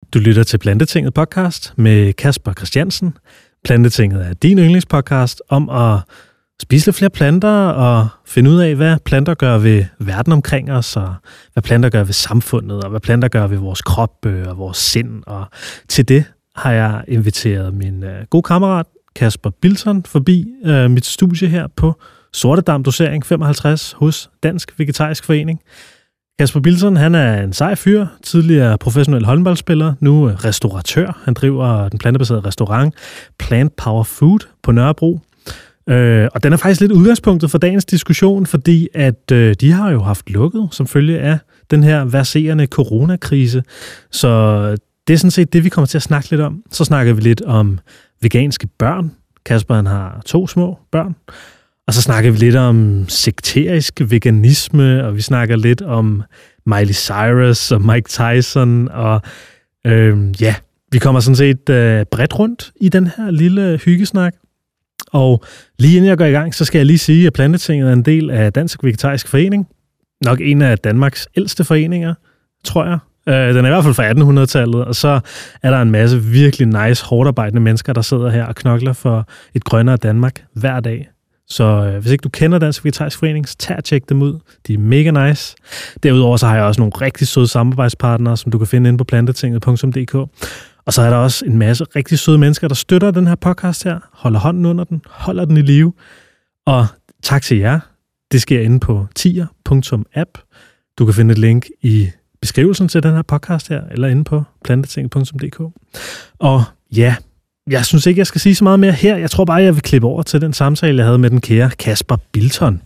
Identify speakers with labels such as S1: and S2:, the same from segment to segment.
S1: Du lytter til Plantetinget podcast med Kasper Christiansen. Plantetinget er din yndlingspodcast om at spise lidt flere planter og finde ud af, hvad planter gør ved verden omkring os, og hvad planter gør ved samfundet, og hvad planter gør ved vores krop og vores sind. Og til det har jeg inviteret min gode kammerat Kasper Bilton forbi mit studie her på Sortedam Dosering 55 hos Dansk Vegetarisk Forening. Kasper Bilton, han er en sej fyr, tidligere professionel håndboldspiller, nu restauratør. Han driver den plantebaserede restaurant Plant Power Food på Nørrebro. Og den er faktisk lidt udgangspunktet for dagens diskussion, fordi at de har jo haft lukket som følge af den her verserende coronakrise. Så det er sådan set det, vi kommer til at snakke lidt om. Så snakker vi lidt om veganske børn. Kasper, han har 2 små børn. Og så snakker vi lidt om sekterisk veganisme, og vi snakker lidt om Miley Cyrus og Mike Tyson, og vi kommer sådan set bredt rundt i den her lille hyggesnak. Og lige inden jeg går i gang, så skal jeg lige sige, at Plantetinget er en del af Dansk Vegetarisk Forening. Nok en af Danmarks ældste foreninger, tror jeg. Den er i hvert fald fra 1800-tallet, og så er der en masse virkelig nice, hårdarbejdende mennesker, der sidder her og knokler for et grønnere Danmark hver dag. Så hvis ikke du kender Dansk Vegetarisk Forening, så tag og tjek dem ud. De er mega nice. Derudover så har jeg også nogle rigtig søde samarbejdspartnere, som du kan finde inde på plantetinget.dk. Og så er der også en masse rigtig søde mennesker, der støtter den her podcast her, holder hånden under den, holder den i live. Og tak til jer. Det sker inde på tier.app. Du kan finde et link i beskrivelsen til den her podcast her, eller inde på plantetinget.dk. Og ja, jeg synes ikke, jeg skal sige så meget mere her. Jeg tror bare, jeg vil klippe over til den samtale, jeg havde med den kære Kasper Bilton.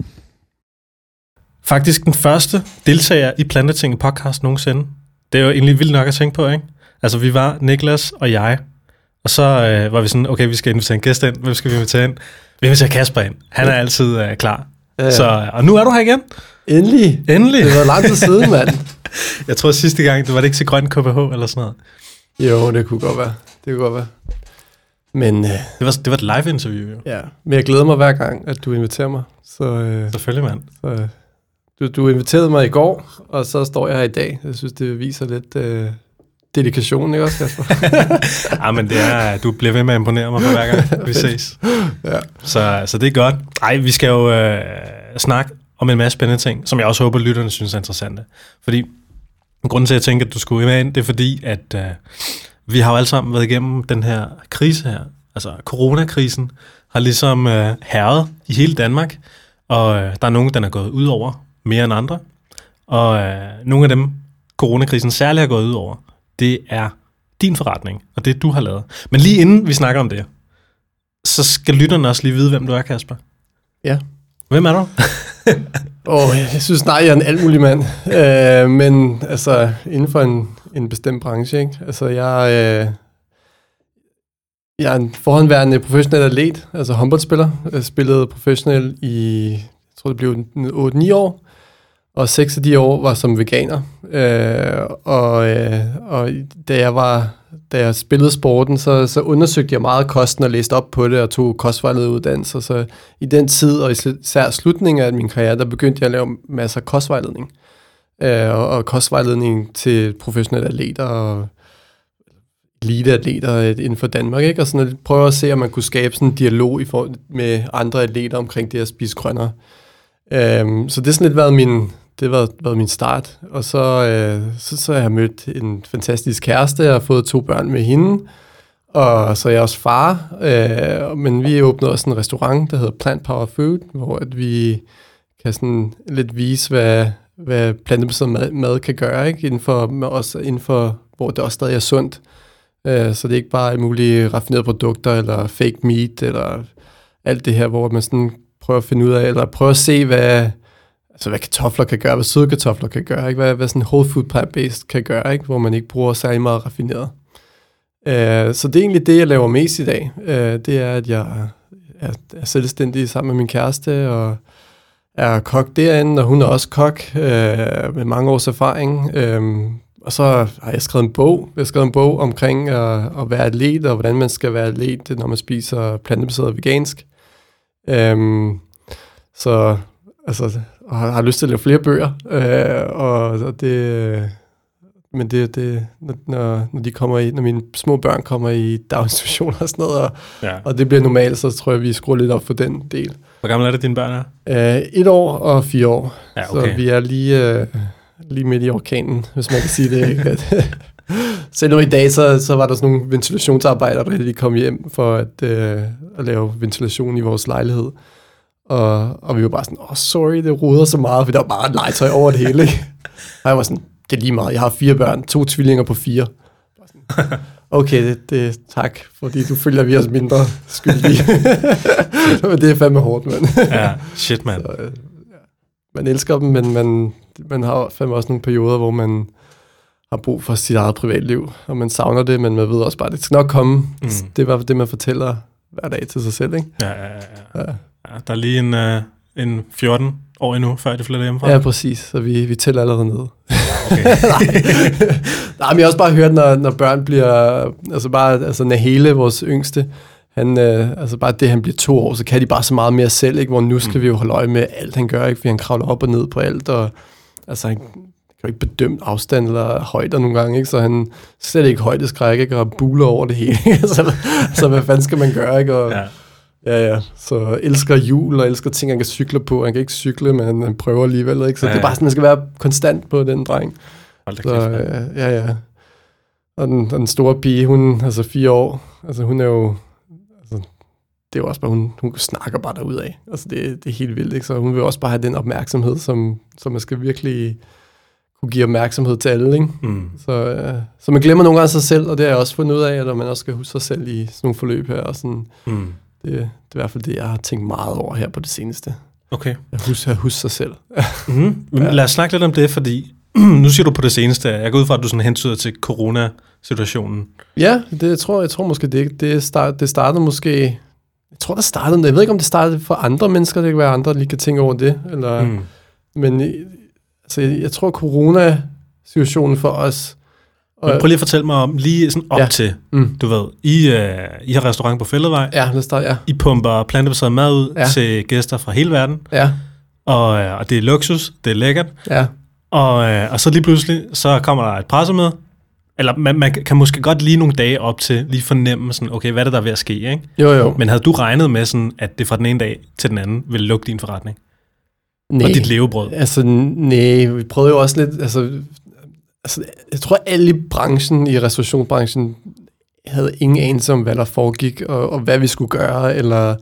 S1: Faktisk den første deltager i Plantetinget podcast nogensinde. Det er jo egentlig vildt nok at tænke på, ikke? Altså, vi var Niklas og jeg, og så var vi sådan, okay, vi skal invitere en gæst ind. Hvem skal vi invitere ind? Vi inviterer Kasper ind. Han er altid klar. Ja. Så, og nu er du her igen.
S2: Endelig.
S1: Det
S2: var lang tid siden, mand.
S1: Jeg tror sidste gang, det var det ikke så grønt KBH eller sådan noget.
S2: Jo, det kunne godt være. Men
S1: det var et live-interview, jo.
S2: Ja, men jeg glæder mig hver gang, at du inviterer mig.
S1: Selvfølgelig, mand.
S2: Du inviterede mig i går, og så står jeg her i dag. Jeg synes, det viser lidt dedikation, ikke også, Kasper?
S1: Ja, men det er, du bliver ved med at imponere mig hver gang, vi ses.
S2: Ja.
S1: Så det er godt. Ej, vi skal jo snakke om en masse spændende ting, som jeg også håber, lytterne synes er interessante. Fordi grunden til, at jeg tænker, at du skulle med ind, det er fordi, at vi har jo alle sammen været igennem den her krise her. Altså coronakrisen har ligesom hærget i hele Danmark, og der er nogen, der er gået ud over mere end andre. Og nogle af dem, coronakrisen særligt har gået ud over, det er din forretning, og det du har lavet. Men lige inden vi snakker om det, så skal lytterne også lige vide, hvem du er, Kasper.
S2: Ja.
S1: Hvem er du?
S2: Jeg synes nej, jeg er en alt mulig mand. Men altså, inden for en bestemt branche, ikke? Altså, jeg er en forhåndværende professionel atlet, altså håndboldspiller. Jeg spillede professionel i, jeg tror det blev 8-9 år, og 6 af de år var som veganer. Og da jeg spillede sporten, så undersøgte jeg meget kosten og læste op på det og tog kostvejlederuddannelser. Så i den tid, og især slutningen af min karriere, der begyndte jeg at lave masser af kostvejledning. Og kostvejledning til professionelle atleter og eliteatleter inden for Danmark, ikke? Og sådan at prøve at se, om man kunne skabe sådan en dialog med andre atleter omkring det at spise grønnere. Så det har sådan lidt været min start. Og så har jeg mødt en fantastisk kæreste og fået 2 børn med hende. Og så er jeg også far. Men vi åbnede også en restaurant, der hedder Plant Power Food, hvor at vi kan sådan lidt vise, hvad plantebaseret mad kan gøre, ikke? Inden for, hvor det også stadig er sundt. Så det er ikke bare mulige raffinerede produkter, eller fake meat, eller alt det her, hvor man sådan prøver at finde ud af, eller prøver at se, hvad kartofler kan gøre, hvad søde kartofler kan gøre, ikke? Hvad sådan whole food plant-based kan gøre, ikke? Hvor man ikke bruger særlig meget raffineret. Så det er egentlig det, jeg laver mest i dag. Det er, at jeg er selvstændig sammen med min kæreste, og er kok derinde, og hun er også kok med mange års erfaring. Og så har jeg skrevet en bog. Jeg har skrevet en bog omkring at være atlet, og hvordan man skal være atlet, når man spiser plantebaseret vegansk. Så altså, og har lyst til at lave flere bøger, og men når de kommer i, når mine små børn kommer i daginstitutioner og sådan noget, og det bliver normalt, så tror jeg, vi skruer lidt op for den del.
S1: Hvor gammel er det, dine børn er?
S2: 1 år og 4 år.
S1: Ja, okay.
S2: Så vi er lige midt i orkanen, hvis man kan sige det. Ikke? Selvom i dag, så var der sådan nogle ventilationsarbejdere, der lige kom hjem for at lave ventilation i vores lejlighed. Og vi var bare sådan, sorry, det ruder så meget, for der var bare legetøj over det hele. Ikke? Og jeg var sådan, det er lige meget, jeg har 4 børn, 2 tvillinger på 4. Okay, det tak, fordi du føler, vi er mindre skyldige. Men det er fandme hårdt, mand.
S1: Ja, shit, mand.
S2: Man elsker dem, men man har fandme også nogle perioder, hvor man har brug for sit eget privatliv, og man savner det, men man ved også bare, at det skal nok komme. Det er bare det, man fortæller hver dag til sig selv, ikke? Ja.
S1: Der er lige en 14 år endnu, før de flytter hjemmefra.
S2: Ja, præcis. Så vi tæller allerede ned.
S1: Okay.
S2: Nej, men jeg har også bare hørt, når børn bliver, altså Nahele, vores yngste, han, bare det, han bliver 2 år, så kan de bare så meget mere selv, ikke? Hvor nu skal vi jo holde øje med alt, han gør, ikke? Fordi han kravler op og ned på alt, og altså han kan jo ikke bedømme afstand eller højder nogle gange, ikke? Så han slet ikke højdeskræk, ikke? Og buler over det hele. så hvad fanden skal man gøre, ikke? Og, ja. Så elsker hjul og elsker ting, han kan cykle på. Han kan ikke cykle, men han prøver alligevel, ikke? Så det er bare sådan, man skal være konstant på den dreng. Så, ja. Og den store pige, hun altså 4 år, altså hun er jo, altså, det er jo også bare, hun snakker bare derudad. Altså det er helt vildt, ikke? Så hun vil også bare have den opmærksomhed, som man skal virkelig kunne give opmærksomhed til alle, ikke? Så man glemmer nogle gange sig selv, og det har jeg også fundet ud af, at man også skal huske sig selv i sådan nogle forløb her, og sådan. Det er i hvert fald det, jeg har tænkt meget over her på det seneste. Okay. Jeg husker sig selv.
S1: Lad os snakke lidt om det, fordi nu siger du på det seneste, jeg går ud fra, at du sådan hentyder til coronasituationen. Ja,
S2: jeg tror måske det startede måske, jeg ved ikke, om det startede for andre mennesker, det kan være andre, der lige kan tænke over det, eller, men altså, jeg tror, coronasituationen for os.
S1: Men prøv lige at fortælle mig om, lige sådan op til, du ved, I har restaurant på Fælledvej.
S2: Ja, det starter, ja.
S1: I pumper plantebaseret mad ud til gæster fra hele verden.
S2: Ja.
S1: Og det er luksus, det er lækkert.
S2: Ja.
S1: Og så lige pludselig, så kommer der et pressemøde. Eller man kan måske godt lige nogle dage op til, lige fornemme sådan, okay, hvad er det, der er ved at ske, ikke?
S2: Jo.
S1: Men havde du regnet med sådan, at det fra den ene dag til den anden ville lukke din forretning?
S2: Nej.
S1: Og dit levebrød?
S2: Altså, nej, vi prøvede jo også lidt, altså, jeg tror, alle i branchen, i restaurationsbranchen, havde ingen anelse om, hvad der foregik, og hvad vi skulle gøre, eller,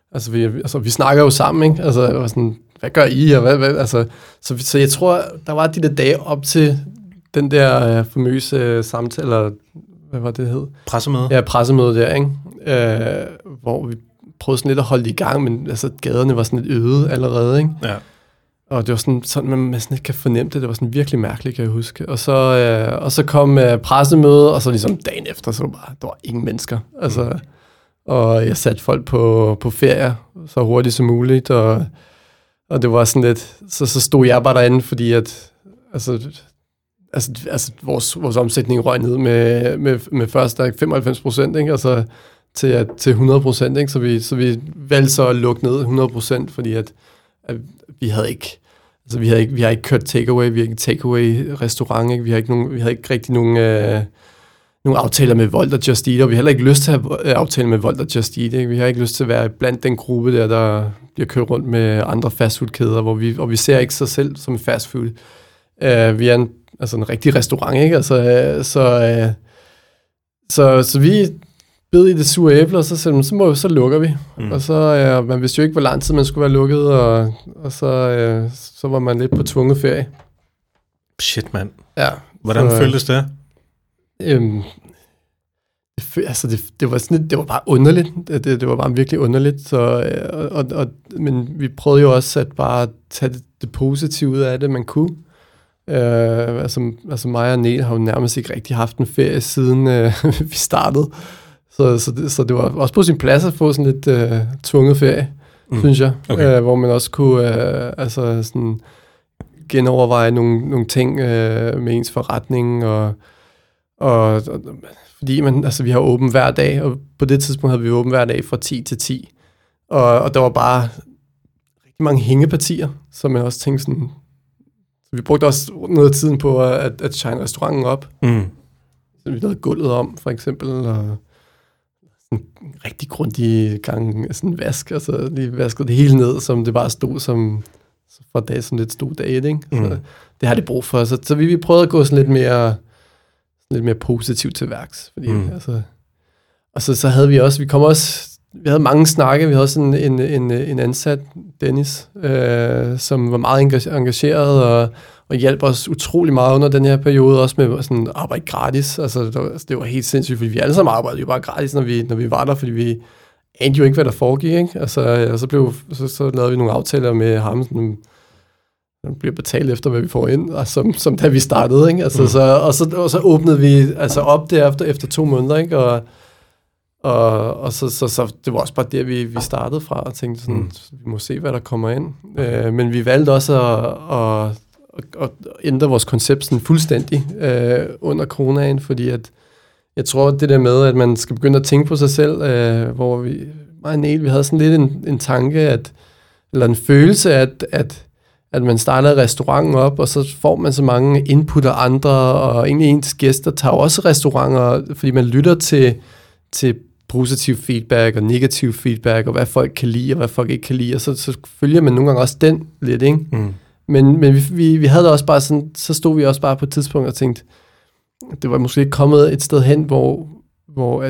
S2: vi snakker jo sammen, ikke? Altså, sådan, hvad gør I, og hvad altså, så jeg tror, der var de der dage op til den der famøse samtale, eller hvad var det hed?
S1: Pressemøde.
S2: Ja, pressemøde der, ikke? Hvor vi prøvede sådan lidt at holde det i gang, men altså, gaderne var sådan lidt øde allerede, ikke? Ja. Og det var sådan man sådan ikke kan fornemme det. Det var sådan virkelig mærkeligt, kan jeg huske. Og så kom pressemøde, og så ligesom dagen efter, så der var ingen mennesker. Altså, og jeg satte folk på ferie så hurtigt som muligt, og det var sådan lidt, så stod jeg bare derinde, fordi at, vores omsætning røg ned med først 95%, ikke? Altså til 100%, ikke? Så vi valgte så at lukke ned 100%, fordi at vi havde ikke, altså vi har ikke kørt takeaway, vi har ikke takeaway restaurant, ikke? Vi havde ikke rigtig nogen aftaler med Volt og Just Eat, og vi har heller ikke lyst til at have aftaler med Volt og Just Eat, ikke? Vi har ikke lyst til at være blandt den gruppe der bliver kørt rundt med andre fastfoodkæder, hvor vi ser ikke sig selv som fastfood. Vi er en rigtig restaurant, ikke? Altså, så vi bed i det sure æble, og så lukker vi. Og så, man vidste jo ikke, hvor lang tid man skulle være lukket, og så var man lidt på tvunget ferie.
S1: Shit, mand.
S2: Ja.
S1: Hvordan føltes det?
S2: Det var sådan, det var bare underligt. Det var bare virkelig underligt. Men vi prøvede jo også at bare tage det positive ud af det, man kunne. Mig og Niel har jo nærmest ikke rigtig haft en ferie, siden vi startede. Så det var også på sin plads at få sådan lidt tvunget ferie, synes jeg. Okay. Hvor man også kunne sådan genoverveje nogle ting med ens forretning, og fordi vi har åben hver dag, og på det tidspunkt havde vi åben hver dag fra 10 til 10. Og der var bare rigtig mange hængepartier, så man også tænkte sådan, Så vi brugte også noget af tiden på at shine restauranten op. Så vi lavede gulvet om, for eksempel, og en rigtig grundig gang sådan vask, altså lige vaskede det hele ned, som det bare stod som fra dag, som det stod dag 1, ikke? Så det har det brug for. Så vi prøvede at gå sådan lidt mere positivt til værks, fordi altså, og så havde vi også, vi havde mange snakke, vi havde også en ansat, Dennis, som var meget engageret og hjalp os utrolig meget under den her periode, også med sådan arbejde gratis. Altså, det var helt sindssygt, fordi vi alle sammen arbejdede jo bare gratis, når vi var der, fordi vi anede jo ikke, hvad der foregik, ikke? Altså, og så lavede vi nogle aftaler med ham, sådan, der bliver betalt efter, hvad vi får ind, og som da vi startede, ikke? Altså, så åbnede vi altså op derefter efter 2 måneder, ikke? Og så det var også bare der, vi startede fra, og tænkte sådan, vi må se, hvad der kommer ind. Men vi valgte også at ændre vores koncept sådan fuldstændig under coronaen, fordi at jeg tror, det der med, at man skal begynde at tænke på sig selv, hvor vi havde sådan lidt en tanke, eller en følelse, at man starter restauranten op, og så får man så mange input af andre, og egentlig ens gæster tager også restauranter, fordi man lytter til positiv feedback og negativ feedback, og hvad folk kan lide, og hvad folk ikke kan lide, og så følger man nogle gange også den lidt, ikke? Men vi havde det også bare sådan, så stod vi også bare på et tidspunkt og tænkte, det var måske ikke kommet et sted hen, hvor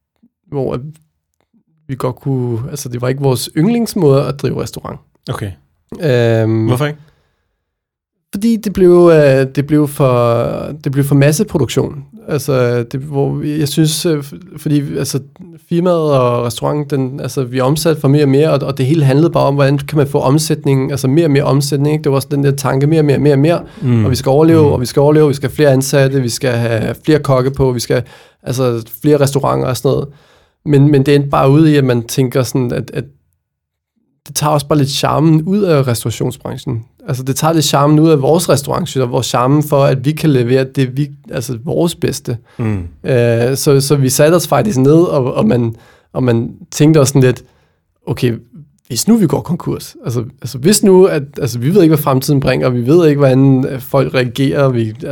S2: vi godt kunne, altså det var ikke vores yndlingsmåde at drive restaurant.
S1: Okay. Hvorfor ikke?
S2: Fordi det blev for masseproduktion. Altså hvor jeg synes, fordi altså firmaet og restauranten, altså vi er omsat for mere og mere, og det hele handlede bare om, hvordan kan man få omsætning, altså mere og mere omsætning, ikke? Det var også den der tanke, mere, og vi skal overleve, vi skal have flere ansatte, vi skal have flere kokke på, vi skal altså flere restauranter og sådan noget. Men det endte bare ud i, at man tænker sådan, at det tager også bare lidt charmen ud af restaurationsbranchen. Altså det tager lidt charmen ud af vores restaurant, og vores charme for, at vi kan levere det, altså vores bedste. Så vi satte os faktisk ned, og man tænkte også sådan lidt, okay, hvis nu vi går konkurs, altså hvis nu, at altså, vi ved ikke, hvad fremtiden bringer, vi ved ikke, hvordan folk reagerer,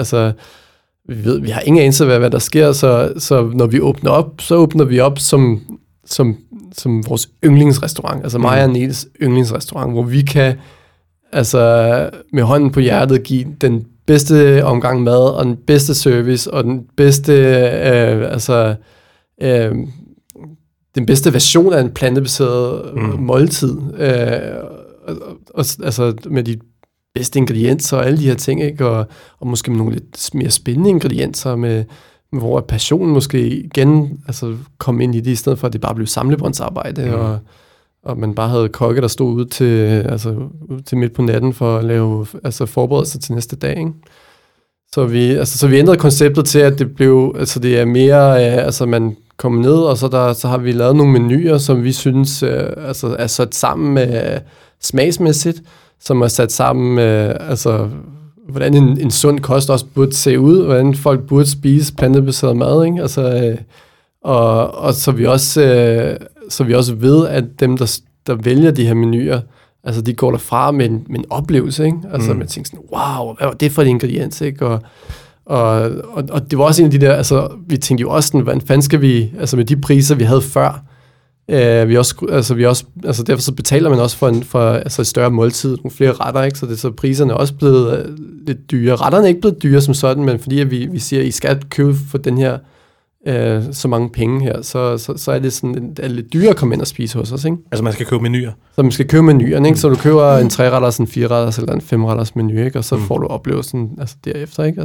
S2: vi har ingen anelse af, hvad der sker, så når vi åbner op, så åbner vi op som vores yndlingsrestaurant, altså mig og Niels yndlingsrestaurant, hvor vi kan altså med hånden på hjertet give den bedste omgang mad, og den bedste service, og den bedste den bedste version af en plantebaseret måltid, altså med de bedste ingredienser og alle de her ting, ikke? Og måske med nogle lidt mere spændende ingredienser, hvor passionen måske igen altså kom ind i det, i stedet for at det bare blev samlebåndsarbejde, og man bare havde kokke, der stod ud til midt på natten for at lave forberedelser til næste dag, ikke? Så vi ændrede konceptet til, at det blev, altså det er mere, man kommer ned, og så har vi lavet nogle menuer, som vi synes er sat sammen med smagsmæssigt, som er sat sammen med, hvordan en sund kost også burde se ud, hvordan folk burde spise plantebaseret mad, ikke? Altså, og så vi også ved, at dem, der vælger de her menuer, altså de går derfra med en oplevelse, ikke? Altså man tænker sådan, wow, hvad var det for et ingrediens, ikke? Og det var også en af de der, vi tænkte jo også sådan, hvordan fanden skal vi, altså med de priser, vi havde før, derfor så betaler man også for et større måltid, nogle flere retter, ikke? Så priserne er også blevet lidt dyre. Retterne er ikke blevet dyre som sådan, men fordi at vi siger, at I skal købe for den her så mange penge her, så er det sådan lidt dyrere at komme ind og spise hos os, ikke?
S1: Altså man skal købe menuer? Så
S2: man skal købe menuerne, ikke? Så du køber en 3-retters, en 4-retters eller en 5-retters menu, ikke? Og så får du oplevelsen derefter, ikke?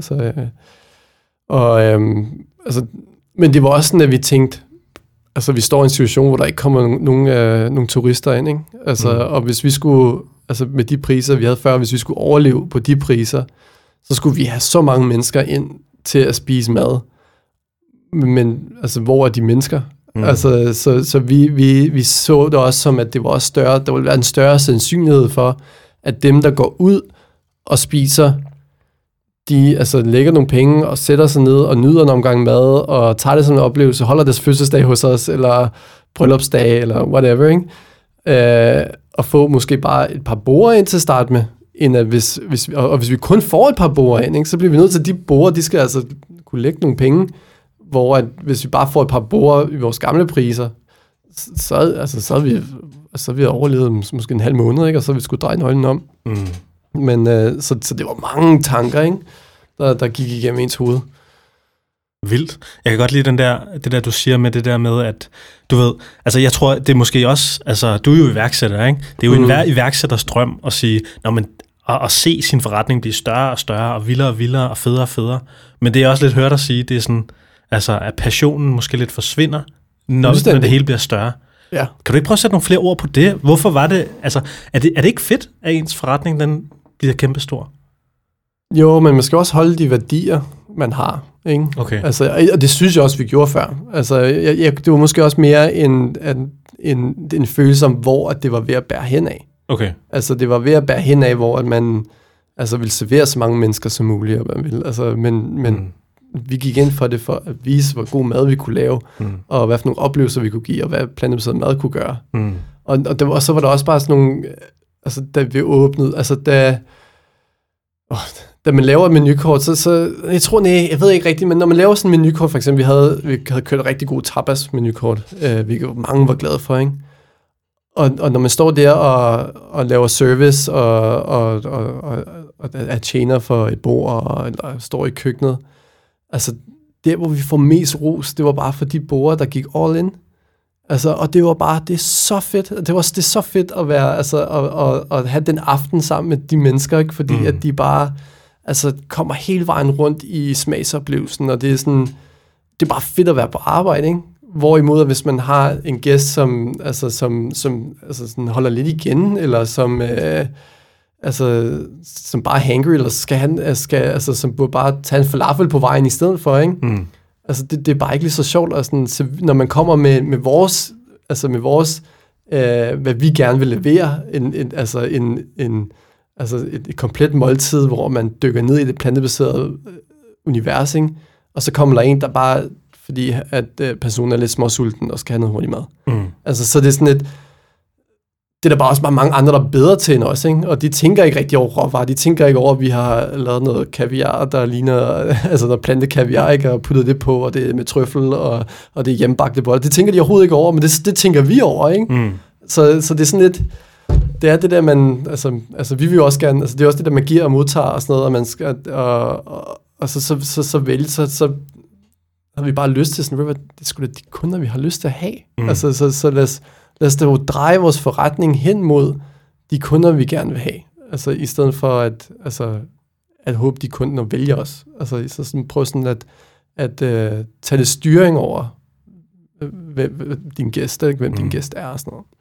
S2: Men det var også sådan, at vi tænkte, vi står i en situation, hvor der ikke kommer nogen turister ind, ikke? Og hvis vi skulle, med de priser, vi havde før, hvis vi skulle overleve på de priser, så skulle vi have så mange mennesker ind til at spise mad. Men hvor er de mennesker? Så vi så det også som, at det var også større, der ville være en større sandsynlighed for, at dem, der går ud og spiser, de lægger nogle penge og sætter sig ned og nyder en omgang mad og tager det som en oplevelse, holder deres fødselsdag hos os, eller bryllupsdag, eller whatever, ikke? Og få måske bare et par borde ind til at starte med, end at hvis vi kun får et par borde ind, ikke, så bliver vi nødt til, at de borde, de skal altså kunne lægge nogle penge, hvor at hvis vi bare får et par borde i vores gamle priser, så har vi overlevet måske en halv måned, ikke, og så har vi skulle dreje nøglen om. Men så det var mange tanker, ikke, der gik igennem ens hoved.
S1: Vildt. Jeg kan godt lide det der, du siger med det der med, at du ved, altså jeg tror, det er måske også, altså du er jo iværksætter, ikke? Det er jo enhver iværksætters drøm at sige, at se sin forretning blive større og større, og vildere og vildere, og federe og federe. Men det er også lidt hørt at sige, det er sådan, altså at passionen måske lidt forsvinder, når det hele bliver større.
S2: Ja.
S1: Kan du ikke prøve at sætte nogle flere ord på det? Hvorfor var det, altså, er det ikke fedt, at ens forretning, den bliver kæmpestor?
S2: Jo, men man skal også holde de værdier, man har, ikke?
S1: Okay.
S2: Altså, og det synes jeg også, vi gjorde før. Altså, det var måske også mere en følelse om, hvor at det var ved at bære hen af.
S1: Okay.
S2: Altså, det var ved at bære hen af, hvor at man altså ville servere så mange mennesker som muligt, og man ville. Altså, men vi gik ind for det for at vise, hvor god mad vi kunne lave, og hvad for nogle oplevelser vi kunne give, og hvad plantebaseret mad kunne gøre. Og så var der også bare sådan nogle, altså da vi åbnede, altså da man laver et menukort, så jeg ved ikke rigtigt, men når man laver sådan et menukort, for eksempel, vi havde kørt et rigtig god tapas-menukort, mange var glade for, ikke? Og når man står der og laver service, og er tjener for et bord, eller står i køkkenet, altså der, hvor vi får mest ros, det var bare for de borde, der gik all in. Altså, og det var bare, det er så fedt. Det er så fedt at være, altså, at have den aften sammen med de mennesker, ikke? Fordi at de bare, altså, kommer hele vejen rundt i smagsoplevelsen, og det er sådan, det er bare fedt at være på arbejde, ikke? Hvorimod, at hvis man har en gæst, som sådan holder lidt igen, eller som bare er hangry, eller som burde bare tage en falafel på vejen i stedet for, ikke? Altså, det er bare ikke lige så sjovt, og sådan, så når man kommer med vores, hvad vi gerne vil levere, et komplet måltid, hvor man dykker ned i det plantebaserede univers, ikke? Og så kommer der en, der bare, fordi at personen er lidt småsulten og skal have noget hurtigt mad. Altså, så det er sådan et, det er der bare også mange andre, der er bedre til end os, ikke? Og de tænker ikke rigtig over råvarer. De tænker ikke over, at vi har lavet noget kaviar, der ligner, altså noget plantekaviar, ikke? Og puttet det på, og det er med trøffel, og det er hjemmebagte boller. Det tænker de overhovedet ikke over, men det tænker vi over, ikke? Så det er sådan lidt, det er det der, man, altså vi vil jo også gerne, altså det er også det der, man giver og modtager og sådan noget, og man skal, og så vælge, så har vi bare lyst til sådan, det er sgu da de kunder, vi har lyst til at have. Altså, så lad os da jo dreje vores forretning hen mod de kunder, vi gerne vil have. Altså, i stedet for at håbe, de kunder vælger os. Altså, så sådan, prøv sådan at tage det styring over din gæst, ikke? Hvem din gæst er og sådan noget.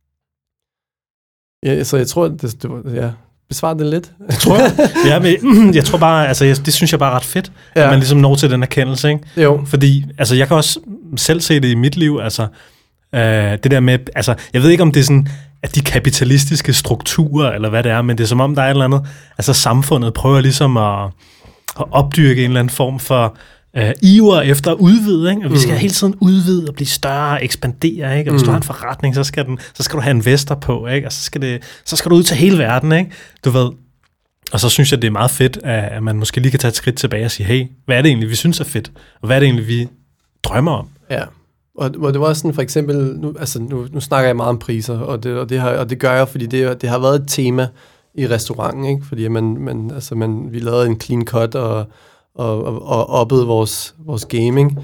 S2: Ja, så jeg tror, det var, besvar det lidt.
S1: Jeg tror, jeg tror bare, altså det synes jeg bare er ret fedt, at man ligesom når til den erkendelse, ikke?
S2: Jo.
S1: Fordi, altså jeg kan også selv se det i mit liv, altså det der med, altså jeg ved ikke om det er sådan, at de kapitalistiske strukturer, eller hvad det er, men det er som om der er et eller andet, altså samfundet prøver ligesom at opdyrke en eller anden form for iver efter at udvide, ikke? Og vi skal hele tiden udvide og blive større og ekspandere, ikke? Og hvis du har en forretning, så skal du have investor på, ikke? Og så skal du ud til hele verden, ikke? Du ved. Og så synes jeg, det er meget fedt, at man måske lige kan tage et skridt tilbage og sige, hey, hvad er det egentlig, vi synes er fedt? Og hvad er det egentlig, vi drømmer om?
S2: Ja. Og det var sådan for eksempel, nu snakker jeg meget om priser, og det gør jeg, fordi det har været et tema i restauranten, ikke? Fordi vi lavede en clean cut og oppede vores gaming.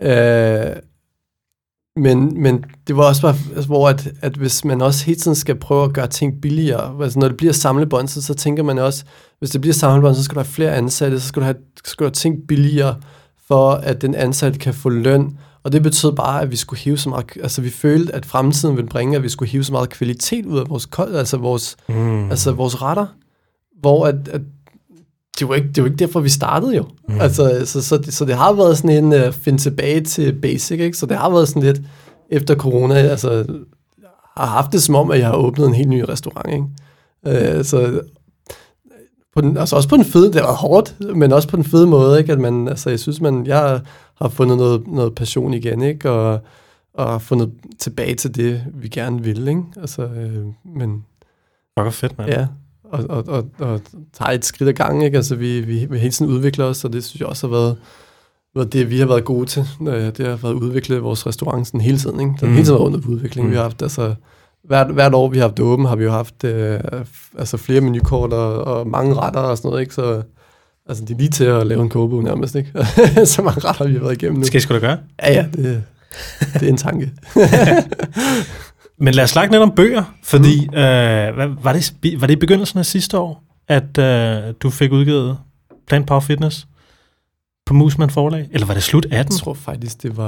S2: Men det var også bare, hvor at hvis man også hele tiden skal prøve at gøre ting billigere, altså når det bliver samlebånd, så tænker man også, hvis det bliver samlebånd, så skal du have flere ansatte, så skal du have ting billigere, for at den ansatte kan få løn. Og det betød bare, at vi skulle hive så meget, altså vi følte, at fremtiden ville bringe, at vi skulle hive så meget kvalitet ud af vores retter, hvor at det var ikke derfor, vi startede jo. Altså, så det har været sådan en finde tilbage til basic, ikke? Så det har været sådan lidt efter corona, altså jeg har haft det som om, at jeg har åbnet en helt ny restaurant, ikke? Også på den fede, det var hårdt, men også på den fede måde, ikke? At man, altså jeg synes, jeg har fundet noget passion igen, ikke? Og fundet tilbage til det, vi gerne vil, ikke? Altså, men...
S1: Det var fedt, mand.
S2: Ja. og tager et skridt ad gangen, ikke? Altså, vi hele tiden udvikler os, og det synes jeg også har været det, vi har været gode til. Det har været at udvikle vores restaurant sådan hele tiden, ikke? Den hele tiden været under udvikling. Vi har haft, altså, hvert år, vi har haft åben, har vi jo haft altså flere menukort og mange retter og sådan noget, ikke? Så altså, det er lige til at lave en kogebog nærmest, ikke? Så mange retter vi har været igennem nu.
S1: Skal I sgu da gøre?
S2: Ja, det er en tanke.
S1: Men lad os snakke lidt om bøger, fordi var det i begyndelsen af sidste år, at du fik udgivet Plant Power Fitness på Musman Forlag? Eller var det slut 18?
S2: Jeg tror faktisk, det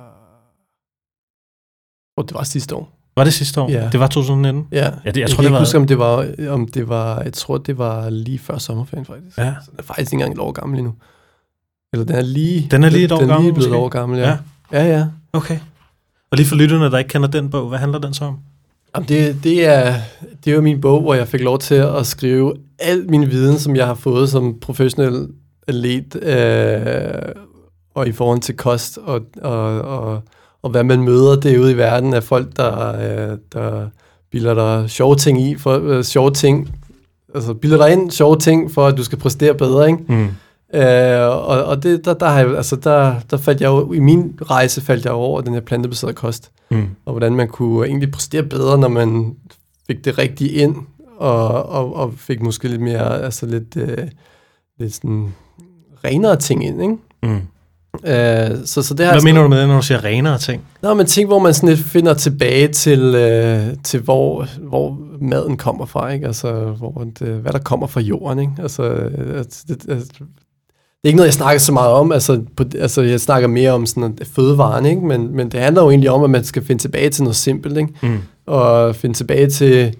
S2: var sidste år.
S1: Var det sidste år?
S2: Ja.
S1: Det var 2019?
S2: Ja.
S1: Jeg tror, det var...
S2: huske, om det var... Jeg tror, det var lige før sommerferien, faktisk. Ja. Så den er faktisk ikke engang et år gammel endnu. Eller den er lige...
S1: Den er lige et år gammel,
S2: måske? Den er lige blevet et år gammel, ja. Ja.
S1: Okay. Og lige for lytterne, der ikke kender den bog, hvad handler den så om?
S2: Jamen, det er jo min bog, hvor jeg fik lov til at skrive al min viden, som jeg har fået som professionel atlet, og i forhold til kost, og hvad man møder derude i verden af folk, der bilder dig sjove ting i, altså bilder dig ind sjove ting, for at du skal præstere bedre, ikke? Mm. Og det, der har jeg, altså der faldt jeg jo, i min rejse faldt jeg over den her plantebaserede kost, og hvordan man kunne egentlig præstere bedre, når man fik det rigtige ind, og fik måske lidt mere, altså lidt sådan renere ting ind, ikke? Mm. Så det
S1: hvad mener du med det, når du siger renere ting?
S2: Nå, men ting, hvor man sådan lidt finder tilbage til hvor maden kommer fra, ikke? Altså, hvad der kommer fra jorden, ikke? Altså, det er ikke noget, jeg snakker så meget om. Altså jeg snakker mere om sådan fødevarene, ikke? Men det handler jo egentlig om, at man skal finde tilbage til noget simpelt, ikke? Mm. Og finde tilbage til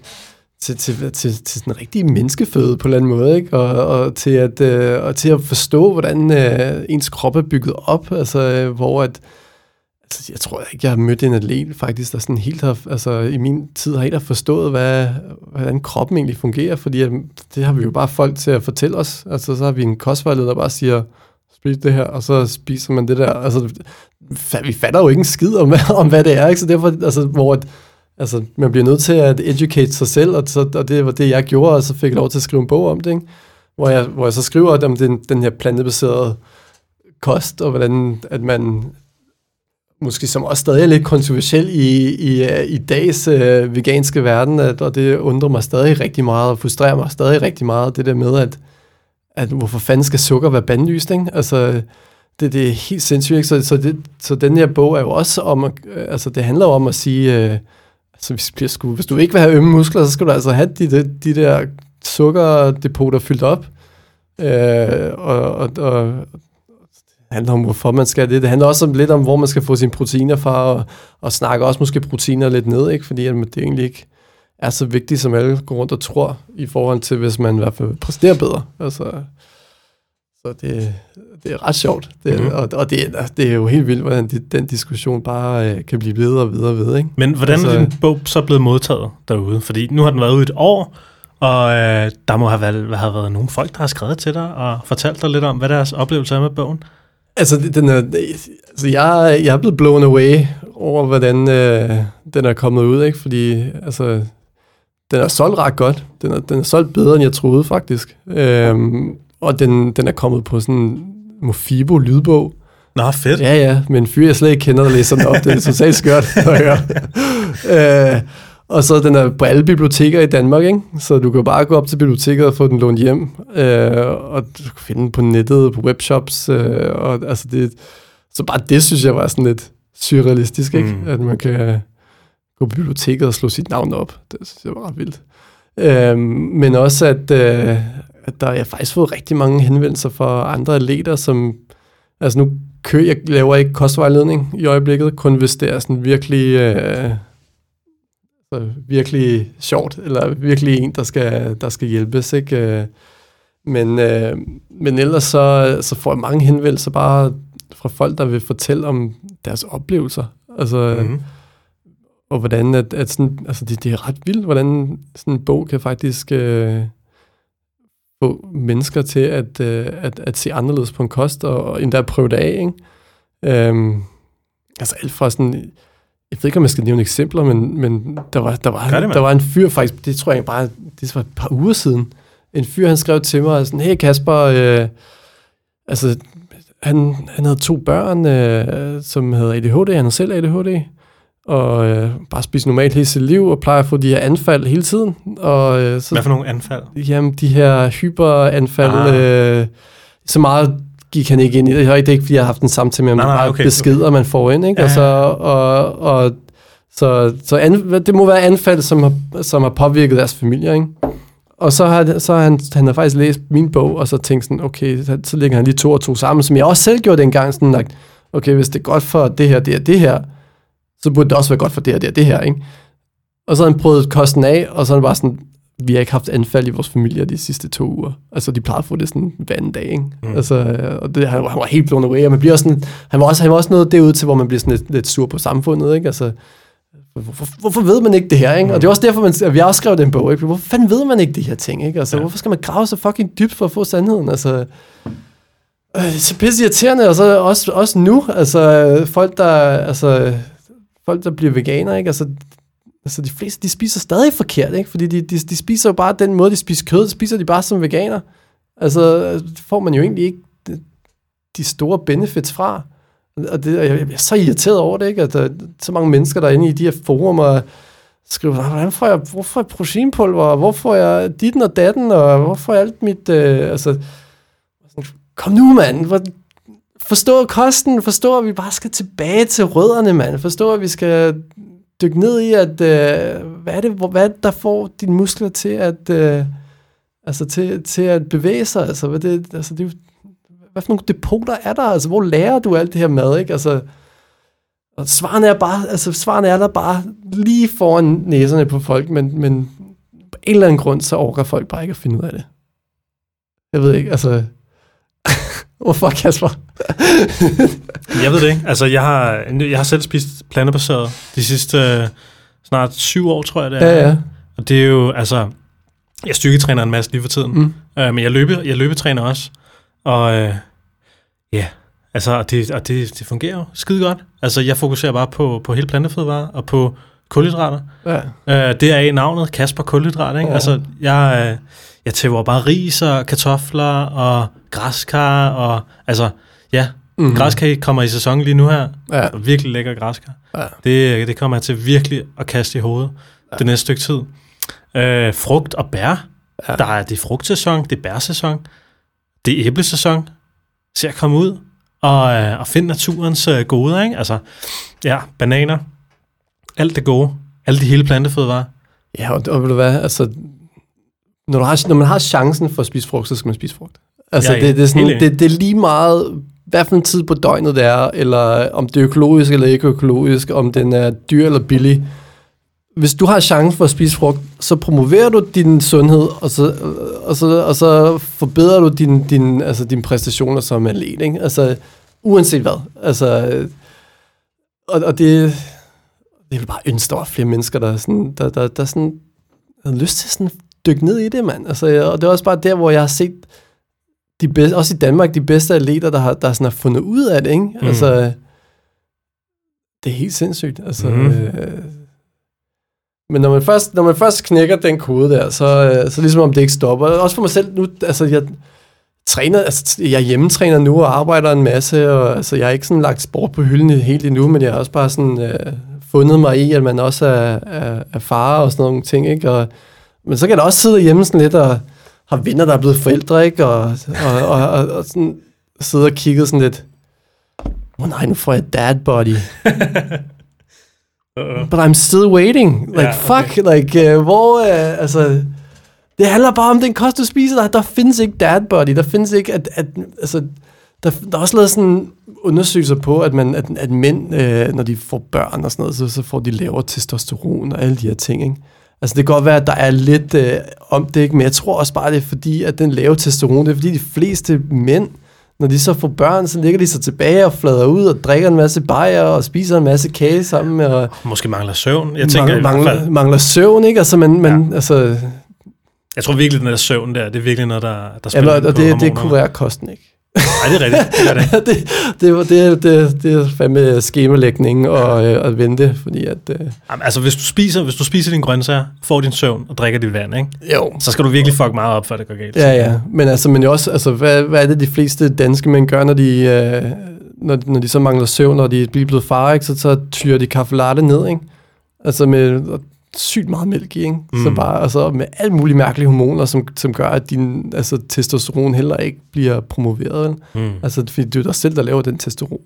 S2: sådan en rigtig menneskeføde på en eller anden måde, ikke? Og til at forstå, hvordan ens krop er bygget op, altså hvor jeg tror ikke, jeg har mødt en atlet faktisk, der sådan helt har, altså i min tid har helt forstået, hvordan kroppen egentlig fungerer, fordi det har vi jo bare folk til at fortælle os. Altså så har vi en kostvejleder, der bare siger, spis det her, og så spiser man det der. Altså vi fatter jo ikke en skid om hvad det er, ikke? Så derfor, altså man bliver nødt til at educate sig selv, og det var det, jeg gjorde, og så fik jeg lov til at skrive en bog om det, ikke? Hvor jeg så skriver om den her plantebaserede kost, og hvordan at man måske som også stadig er lidt kontroversiel i dags veganske verden, og det undrer mig stadig rigtig meget, og frustrerer mig stadig rigtig meget, det der med, at hvorfor fanden skal sukker være bandlyst, ikke? Altså, det er helt sindssygt, ikke? Så den her bog er jo også om, altså det handler jo om at sige, altså hvis du ikke vil have ømme muskler, så skal du altså have de der sukkerdepoter fyldt op, og det handler om, hvorfor man skal det. Det handler også lidt om, hvor man skal få sine proteiner fra, og snakke også måske proteiner lidt ned, ikke? Fordi det egentlig ikke er så vigtigt, som alle går rundt og tror, i forhold til, hvis man i hvert fald præsterer bedre. Altså, så det er ret sjovt. Og det er jo helt vildt, hvordan den diskussion bare kan blive videre og videre og videre, ikke?
S1: Men hvordan er din bog så blevet modtaget derude? Fordi nu har den været ude et år, og der må have været nogle folk, der har skrevet til dig og fortalt dig lidt om, hvad deres oplevelse er med bogen.
S2: Altså, jeg er blevet blown away over, hvordan den er kommet ud, ikke? Fordi, altså, den er solgt ret godt. Den er solgt bedre, end jeg troede, faktisk. Og den er kommet på sådan en Mofibo lydbog.
S1: Nå, fedt.
S2: Ja, men en fyr, jeg slet ikke kender, der læser den op. Det er totalt skørt at høre. Og så den er på alle biblioteker i Danmark, ikke? Så du kan bare gå op til biblioteket og få den lånt hjem. Og du kan finde den på nettet, på webshops. Og altså så bare det, synes jeg var sådan lidt surrealistisk, ikke? At man kan gå på biblioteket og slå sit navn op. Det synes jeg var ret vildt. Men også, at der jeg faktisk fået rigtig mange henvendelser fra andre atleter, som... Altså jeg laver ikke kostvejledning i øjeblikket, kun hvis det er sådan virkelig sjovt, eller virkelig en, der skal hjælpes, ikke? Men ellers så får jeg mange henvendelser bare fra folk, der vil fortælle om deres oplevelser. Altså, og hvordan at sådan, altså det er ret vildt, hvordan sådan en bog kan faktisk få mennesker til at se anderledes på en kost, og endda prøve det af, ikke? Altså alt fra sådan... ved ikke, om jeg skal nævne eksempler, men der var en fyr faktisk, det tror jeg bare, det var et par uger siden, en fyr, han skrev til mig, sådan, hey Kasper, altså, han havde 2 børn, som havde ADHD, han havde selv ADHD, og bare spise normalt hele sit liv, og plejer at få de her anfald hele tiden. Og,
S1: hvad for nogle anfald?
S2: Jamen, de her hyperanfald, så meget gik han ikke ind i det. Det er ikke, fordi jeg har haft en samtale med ham, okay, beskeder, man får ind, ikke? Ja. Så det må være anfald, som har påvirket deres familie, ikke? Og så har han har faktisk læst min bog, og så tænkt sådan, okay, så lægger han lige 2 og 2 sammen, som jeg også selv gjorde dengang, sådan like, okay, hvis det er godt for det her, det her, så burde det også være godt for det her, det her, ikke? Og så har han prøvet kosten af, og så er han bare sådan, vi har ikke haft anfald i vores familie de sidste 2 uger. Altså, de plejede at få det sådan hver anden dag, ikke? Altså, og det, han var helt blown away, og man bliver også sådan, han var også noget derude til, hvor man bliver sådan lidt sur på samfundet, ikke? Altså, hvorfor ved man ikke det her, ikke? Og det er også derfor, vi har også skrevet den bog, ikke? Hvorfor fanden ved man ikke de her ting, ikke? Altså, hvorfor skal man grave så fucking dybt for at få sandheden? Altså, så pisse irriterende, og så også nu, altså, folk, der bliver veganer, ikke? Altså de fleste, de spiser stadig forkert, ikke? Fordi de spiser jo bare den måde, de spiser kød, spiser de bare som veganer. Altså, det får man jo egentlig ikke de store benefits fra. Og jeg er så irriteret over det, ikke? At der er så mange mennesker, der er inde i de her forumer, skriver, hvorfor er proteinpulver, og hvorfor er ditten og datten, og hvorfor er alt mit... kom nu, mand! Forstå kosten, forstå, at vi bare skal tilbage til rødderne, mand. Forstå, at vi skal dykke ned i, at hvad er det, der får dine muskler til at til at bevæge sig? Altså, hvad for nogle depoter er der? Altså, hvor lærer du alt det her mad, ikke? Altså, og svarene er der bare lige foran næserne på folk, men på en eller anden grund, så orker folk bare ikke at finde ud af det. Jeg ved ikke, altså... Hvorfor, Kasper?
S1: Jeg ved det ikke. Altså, jeg har selv spist plantebaseret de sidste snart 7 år, tror jeg, det er.
S2: Ja. Og
S1: det er jo, altså... Jeg styrketræner en masse lige for tiden. Men jeg løbetræner også. Og altså, det fungerer jo skide godt. Altså, jeg fokuserer bare på hele plantefødevarer og på kulhydrater. Ja. Det er i navnet Kasper Kulhydrat, ikke? Ja. Altså, jeg tæver bare ris og kartofler og græskar og altså, græskar kommer i sæson lige nu her. Ja. Virkelig lækker græskar. Ja. Det kommer jeg til virkelig at kaste i hovedet det næste stykke tid. Frugt og bær. Ja. Det er frugtsæson, det er bærsæson, det er æblesæson. Se at komme ud og finde naturens goder, ikke? Altså, bananer, alt det gode, alle de hele plantefødevarer. Ja, og ved du hvad, altså, når man har chancen for at spise frugt, så skal man spise frugt. Altså, det er sådan, det er lige meget, hvad for en tid på døgnet det er, eller om det er økologisk eller ikke økologisk, om den er dyr eller billig. Hvis du har chancen for at spise frugt, så promoverer du din sundhed, og så forbedrer du dine præstationer som atlet, ikke? Altså, uanset hvad. Altså, og det vil bare ønske, der var flere mennesker, der sådan havde lyst til sådan dykke ned i det, mand. Altså, og det er også bare der, hvor jeg har set de bedste, også i Danmark, de bedste atleter, der sådan har fundet ud af det, ikke? Altså, det er helt sindssygt. Altså, men når man først knækker den kode der, så ligesom om det ikke stopper. Også for mig selv nu, altså jeg hjemmetræner nu og arbejder en masse, og altså jeg har ikke sådan lagt sport på hylden helt endnu, men jeg har også bare sådan fundet mig i, at man også er far og sådan nogle ting, ikke? Men så kan der også sidde hjemme sådan lidt og har venner, der er blevet forældre, ikke? Og sådan sidde og kigge sådan lidt, nej, nu får jeg dad body. But I'm still waiting. Like, fuck, like, altså, det handler bare om den kost, du spiser. Der findes ikke dad body. Der findes ikke, altså, der er også lavet sådan undersøgelser på, at mænd, når de får børn og sådan noget, så får de lavere testosteron og alle de her ting, ikke? Altså, det kan godt være, at der er lidt om det, ikke? Men jeg tror også bare, det er fordi, at den lave testosteron, det er fordi de fleste mænd, når de så får børn, så ligger de så tilbage og flader ud og drikker en masse bajer og spiser en masse kage sammen med. Og måske mangler søvn. Jeg
S2: tænker mangler søvn, ikke? Altså, altså...
S1: Jeg tror virkelig, den der søvn der, det er virkelig noget, der spiller
S2: og det kurerer kosten ikke.
S1: Nej, det er rigtigt.
S2: det er fandme skemalægning og at vente, fordi at...
S1: Jamen, altså, hvis du spiser dine grøntsager, får din søvn og drikker dit vand, ikke?
S2: Jo.
S1: Så skal du virkelig fuck meget op, før det går galt.
S2: Ja. Men jo også, altså, hvad er det, de fleste danske mænd gør, når de, når de så mangler søvn, og de er blevet far, ikke? Så tyrer de kaffe latte ned, ikke? Altså med sygt meget mælk i, ikke? Så bare, altså med alle mulige mærkelige hormoner, som gør, at din testosteron heller ikke bliver promoveret. Altså, fordi det er jo dig selv, der laver den testosteron.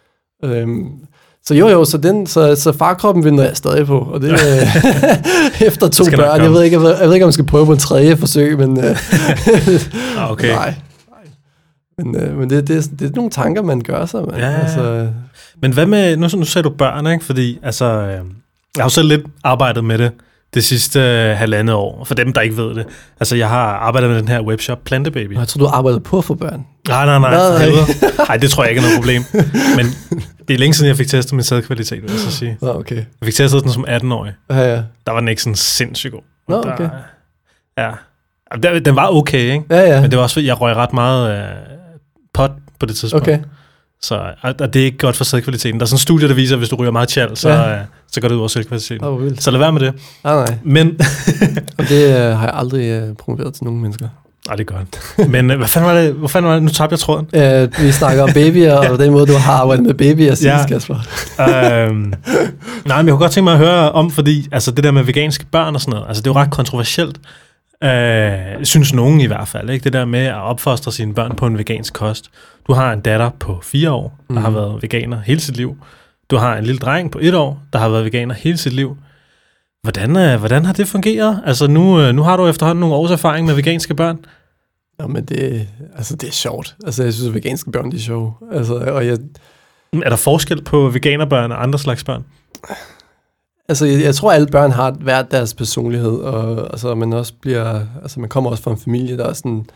S2: Så farkroppen vinder jeg stadig på, og det efter 2 børn. Jeg ved ikke, om jeg skal prøve på en 3. forsøg, men
S1: okay.
S2: Nej. Men det er nogle tanker, man gør sig. Man.
S1: Ja.
S2: Altså,
S1: men hvad med, nu sagde du børn, ikke? Fordi altså, jeg har jo selv lidt arbejdet med det sidste 1,5 år, for dem, der ikke ved det. Altså, jeg har arbejdet med den her webshop, Plantebaby.
S2: Jeg tror, du arbejdede på at få børn.
S1: Nej. Nej, det tror jeg ikke er noget problem. Men det er længe siden, jeg fik testet min sædkvalitet, vil jeg så sige.
S2: Okay.
S1: Jeg fik testet den som 18-årig.
S2: Ja.
S1: Der var den ikke sådan sindssygt god.
S2: Okay.
S1: Den var okay, ikke?
S2: Ja.
S1: Men det var også, fordi jeg røg ret meget pot på det tidspunkt. Okay. Så det er ikke godt for sædkvaliteten. Der er sådan en studie, der viser, at hvis du ryger meget tjal, så går det ud over sædkvaliteten. Så lad være med det.
S2: Nej.
S1: Men
S2: og det har jeg aldrig promoveret til nogen mennesker.
S1: Nej, det er godt. Men hvad fanden var det? Nu tabte jeg tråden.
S2: Vi snakker om babyer, og den måde, du har arbejdet med babyer, siger Kasper.
S1: Nej, men jeg kunne godt tænke mig at høre om, fordi altså, det der med veganske børn og sådan noget, altså det er jo ret kontroversielt. Synes nogen i hvert fald, ikke? Det der med at opfostre sine børn på en vegansk kost. Du har en datter på 4 år, der har været veganer hele sit liv. Du har en lille dreng på 1 år, der har været veganer hele sit liv. Hvordan har det fungeret? Altså nu har du efterhånden nogle års erfaring med veganske børn.
S2: Jamen det er sjovt. Altså jeg synes, at veganske børn, de er sjove. Altså,
S1: er der forskel på veganerbørn og andre slags børn?
S2: Altså jeg tror, at alle børn har hver deres personlighed, og altså, man også bliver, altså man kommer også fra en familie, der er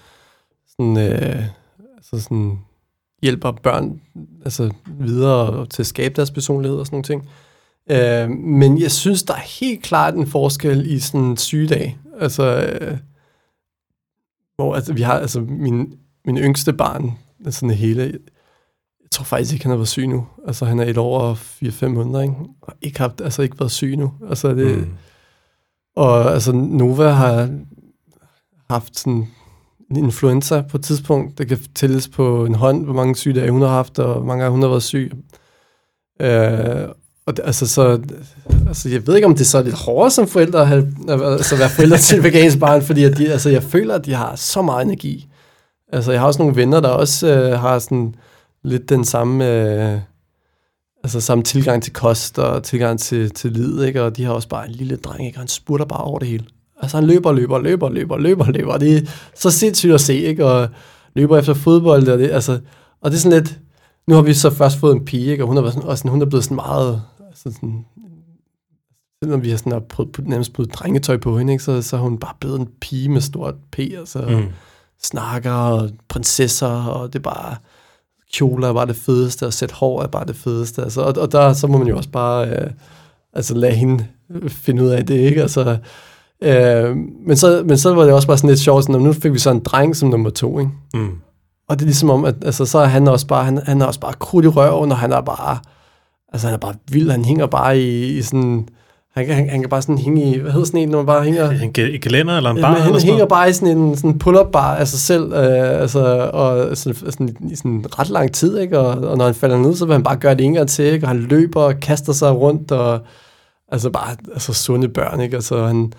S2: sådan hjælper børn altså videre til at skabe deres personlighed og sådan nogle ting. Men jeg synes, der er helt klart en forskel i sådan en sygedag. Altså, hvor altså, vi har altså min yngste barn, sådan det hele. Jeg tror faktisk ikke, han har været syg nu. Altså, han er 1 år og 4-5 måneder, ikke? Og ikke været syg nu. Altså, det, og altså, Nova har haft sådan en influenza på et tidspunkt, der kan tælles på en hånd, hvor mange sygedage hun har haft, og hvor mange gange hun har været syg. Og det, altså, jeg ved ikke, om det er så lidt hårdere som forældre at være forældre til et vegansk barn, fordi at jeg føler, at de har så meget energi. Altså, jeg har også nogle venner, der også har sådan lidt den samme, samme tilgang til kost og tilgang til livet, ikke? Og de har også bare en lille dreng, ikke? Og han spurter bare over det hele. Altså, han løber. Det er så sindssygt at se, ikke? Og løber efter fodbold, og det, altså, og det er sådan lidt. Nu har vi så først fået en pige, ikke? Og hun er blevet sådan meget, sådan, selvom vi har sådan nærmest blevet drengetøj på hende, ikke? Så er hun bare blevet en pige med stort P, altså snakker og prinsesser, og det er bare, kjoler er bare det fedeste, og sæt hår er bare det fedeste, altså, og der, så må man jo også bare, lade hende finde ud af det, ikke? Altså, men så var det også bare sådan lidt sjovt, sådan, nu fik vi så en dreng som nummer 2, ikke? Og det er ligesom om, at altså, så er han også bare, han er også bare krudt i røven, og han er bare vild, han hænger bare i sådan, han kan bare sådan hænge i, hvad hedder sådan en, når man bare hænger?
S1: En gelænder eller en bar?
S2: Han hænger bare i sådan en sådan pull-up bar af sig selv, og sådan, i sådan ret lang tid, ikke? Og når han falder ned, så vil han bare gøre det en gang til, ikke? Og han løber og kaster sig rundt, og altså sunde børn, ikke? Og så er han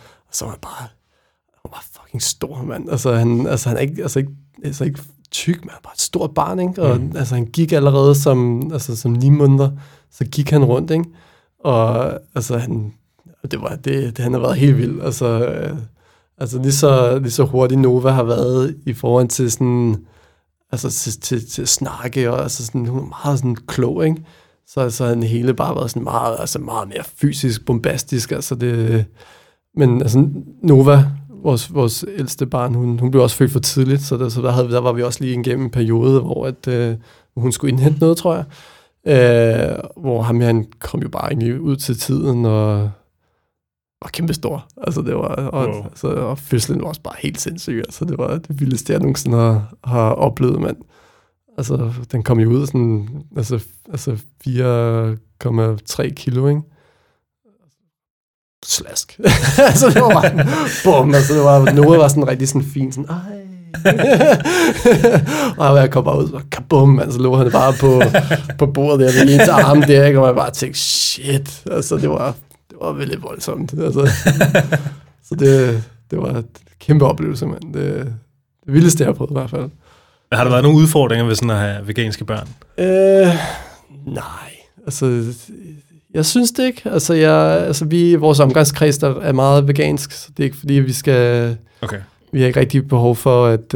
S2: bare fucking stor, mand. Altså han er ikke tyk, men bare et stort barn, ikke? Og altså han gik allerede som 9 måneder, så gik han rundt, ikke? Og altså han har været helt vild. Altså lige så hurtigt Nova har været i forhold til sådan, altså til at snakke, og altså sådan, hun er meget sådan klog, ikke? Så han hele bare været sådan meget mere fysisk, bombastisk, altså det. Men altså Nova, vores ældste barn, hun blev også født for tidligt, så der var vi også lige igennem en periode, hvor hun skulle indhente noget, tror jeg. Hvor han kom jo bare egentlig ud til tiden og var kæmpestor. Altså det var, og fødslen var også bare helt sindssyg. Altså det var det vildeste, jeg nogensinde har oplevet, mand. Altså, den kom jo ud sådan, altså 4,3 kilo, ikke? Slask. Altså, det var bare, bum, altså, det var, noget var sådan rigtig sådan fint, sådan, og jeg kom bare ud, og kabum, altså, lå han bare på bordet der, ved ens arm der, ikke? Og jeg bare tænkte, shit, altså, det var virkelig voldsomt, altså. Så det var et kæmpe oplevelse, mand. Det vildeste, jeg har prøvet i hvert fald.
S1: Har der været nogle udfordringer ved sådan at have veganske børn?
S2: Nej, altså, jeg synes det ikke. Altså, vores omgangskreds der er meget vegansk, så det er ikke fordi, vi skal...
S1: Okay.
S2: Vi har ikke rigtig behov for at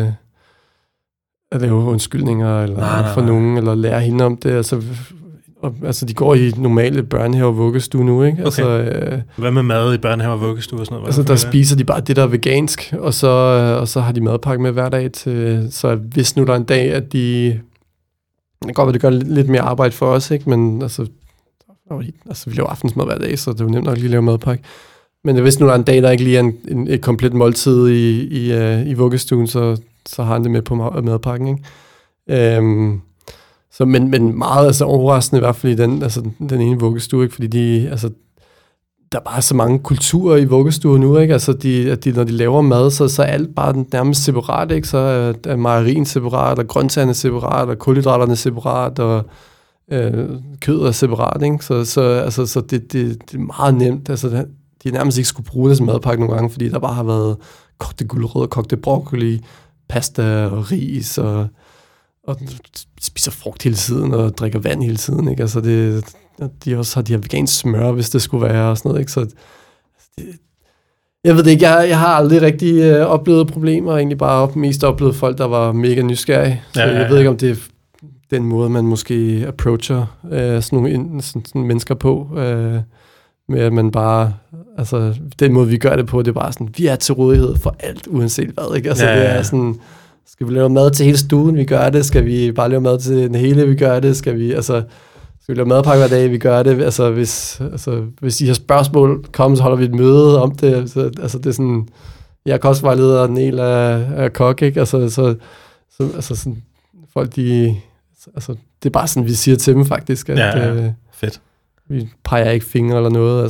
S2: lave undskyldninger, eller for nogen, eller lære hende om det. Altså, de går i normale børnehave og vuggestue nu, ikke?
S1: Okay.
S2: Altså,
S1: hvad med mad i børnehave og vuggestue og sådan noget?
S2: Altså, der spiser de bare det, der er vegansk, og så har de madpakke med hver dag til... Så hvis nu der er en dag, at de... Det kan godt være, det gør lidt mere arbejde for os, ikke? Men altså vi laver aftensmad hver dag, så det er jo nemt nok lige at lave madpakke. Men hvis nu der er en dag, der ikke lige er et komplet måltid i vuggestuen, så har han det med på madpakken, ikke? Men meget altså, overraskende i hvert fald i den ene vuggestue, ikke? Fordi der er bare så mange kulturer i vuggestuer nu, ikke? Altså, når de laver mad, så er alt bare nærmest separat, ikke? Så er mejerien separat, og grøntsagerne separat, og kulhydraterne separat, og kødet er separat, ikke? Så det er meget nemt. Altså, de nærmest ikke skulle bruge det som madpakke nogle gange, fordi der bare har været kogte gulerødder, kogte broccoli, pasta og ris, og spiser frugt hele tiden, og drikker vand hele tiden, ikke? Altså, de også har de her vegansk smør, hvis det skulle være, og sådan noget, ikke? Så jeg ved det ikke, jeg har aldrig rigtig oplevet problemer, egentlig bare mest oplevet folk, der var mega nysgerrige, så jeg ved ikke, om det er den måde, man måske approacher sådan mennesker på, med at man bare, altså den måde, vi gør det på, det er bare sådan, vi er til rådighed for alt, uanset hvad, ikke? Altså det er sådan, skal vi lave mad til hele stuen, vi gør det, skal vi bare lave mad til den hele, vi gør det, skal vi lave madpakke hver dag, vi gør det, hvis I har spørgsmål, kom, så holder vi et møde om det, så det er sådan, jeg er kostvejleder, og den ene er kok, ikke? Altså sådan, folk det er bare sådan, vi siger til dem faktisk, at
S1: fedt.
S2: Vi peger ikke fingre eller noget,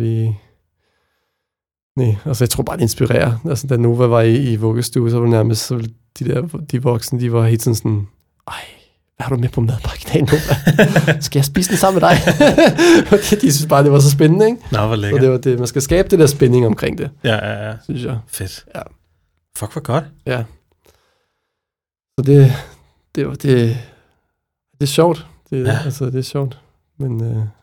S2: jeg tror bare, det inspirerer. Altså, da Nova var i vuggestue, så var det nærmest, så de voksne, de var helt sådan, ej, hvad har du med på madpakke i dag, Nova? Skal jeg spise den sammen med dig? De synes bare, det var så spændende, ikke?
S1: Nå, hvor lækkert.
S2: Så det var det, man skal skabe det der spænding omkring det.
S1: Ja.
S2: Synes jeg.
S1: Fedt.
S2: Ja.
S1: Fuck, hvor godt.
S2: Ja. Så det er sjovt. Det er sjovt. Men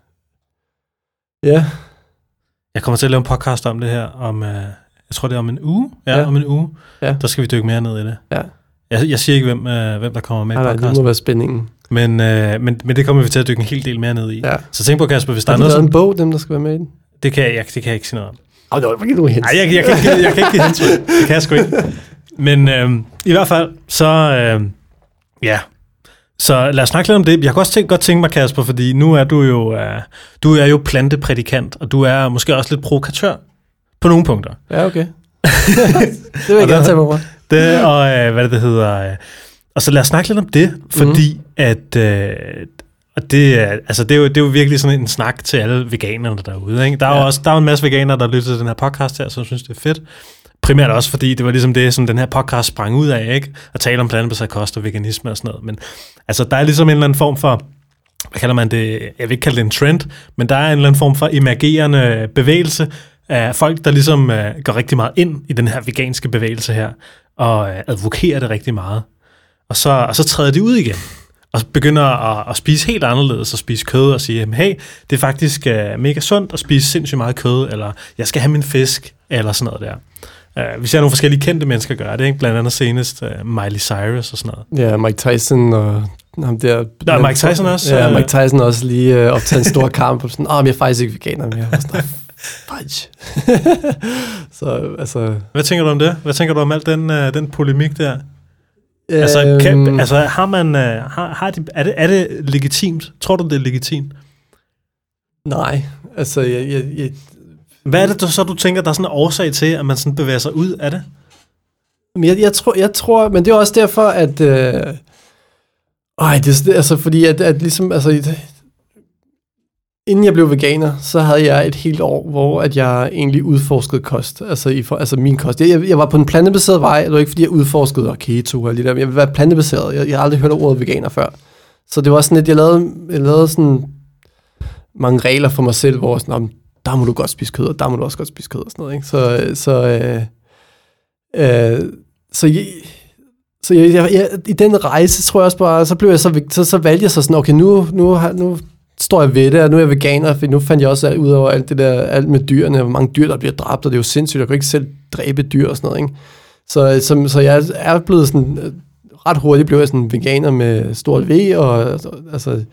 S2: ja.
S1: Jeg kommer til at lave en podcast om det her, jeg tror det er om en uge. Ja, om en uge. Ja. Der skal vi dykke mere ned i det. Ja. Jeg siger ikke, hvem der kommer med i podcasten.
S2: Det må være spændingen.
S1: Men det kommer vi til at dykke en hel del mere ned i. Ja. Så tænk på, Kasper, hvis der er noget...
S2: Har du lavet en bog, dem der skal være med i den?
S1: Det kan jeg ikke sige noget om.
S2: Hvor kan du hente?
S1: Nej, jeg kan ikke give hensyn. Det kan jeg sgu ikke. Men i hvert fald, så... Så lad os snakke lidt om det. Jeg kan også godt tænke mig, Kasper, fordi nu er du er jo planteprædikant, og du er måske også lidt provokatør på nogle punkter.
S2: Ja, okay. Det vil jeg gerne tage på mig.
S1: Og så lad os snakke lidt om det, fordi at det er jo virkelig sådan en snak til alle veganerne derude, ikke? Der er jo en masse veganere, der lytter til den her podcast her, som synes det er fedt. Primært også, fordi det var ligesom det, som den her podcast sprang ud af, ikke? At tale om plantebaseret kost og veganisme og sådan noget. Men altså, der er ligesom en eller anden form for, hvad kalder man det? Jeg vil ikke kalde det en trend, men der er en eller anden form for emergerende bevægelse af folk, der ligesom går rigtig meget ind i den her veganske bevægelse her, og advokerer det rigtig meget. Og så træder de ud igen, og begynder at spise helt anderledes, og spise kød, og sige, hey, det er faktisk mega sundt at spise sindssygt meget kød, eller jeg skal have min fisk, eller sådan noget der. Vi ser nogle forskellige kendte mennesker gøre det, ikke? Blandt andet senest Miley Cyrus og sådan noget. Ja,
S2: Mike Tyson og ham der...
S1: Der er Mike Tyson også.
S2: Ja, Mike Tyson også lige optaget en stor kamp, og sådan, men jeg er faktisk ikke veganer mere. Fudge. Så, altså...
S1: Hvad tænker du om det? Hvad tænker du om alt den polemik der? Har man... Er det legitimt? Tror du, det er legitimt?
S2: Nej, altså...
S1: Hvad er det så, du tænker, der er sådan en årsag til, at man sådan bevæger sig ud af det?
S2: Jeg tror, men det er også derfor, at Altså fordi at ligesom, altså, inden jeg blev veganer, så havde jeg et helt år, hvor at jeg egentlig udforskede kost, altså min kost. Jeg var på en plantebaseret vej, det var ikke fordi jeg udforskede keto og det der, jeg ville være plantebaseret. Jeg har aldrig hørt ordet veganer før. Så det var sådan lidt, jeg lavede sådan mange regler for mig selv, hvor sådan, der må du godt spise kød, og der må du også godt spise kød og sådan noget, ikke? Så jeg, i den rejse, tror jeg også bare, så valgte jeg sådan, okay, nu står jeg ved det, og nu er jeg veganer, for nu fandt jeg også ud over alt med dyrene, hvor mange dyr, der bliver dræbt, og det er jo sindssygt, jeg kan ikke selv dræbe dyr og sådan noget, ikke? Så jeg er blevet sådan, ret hurtigt blev jeg sådan veganer med stort V, og altså,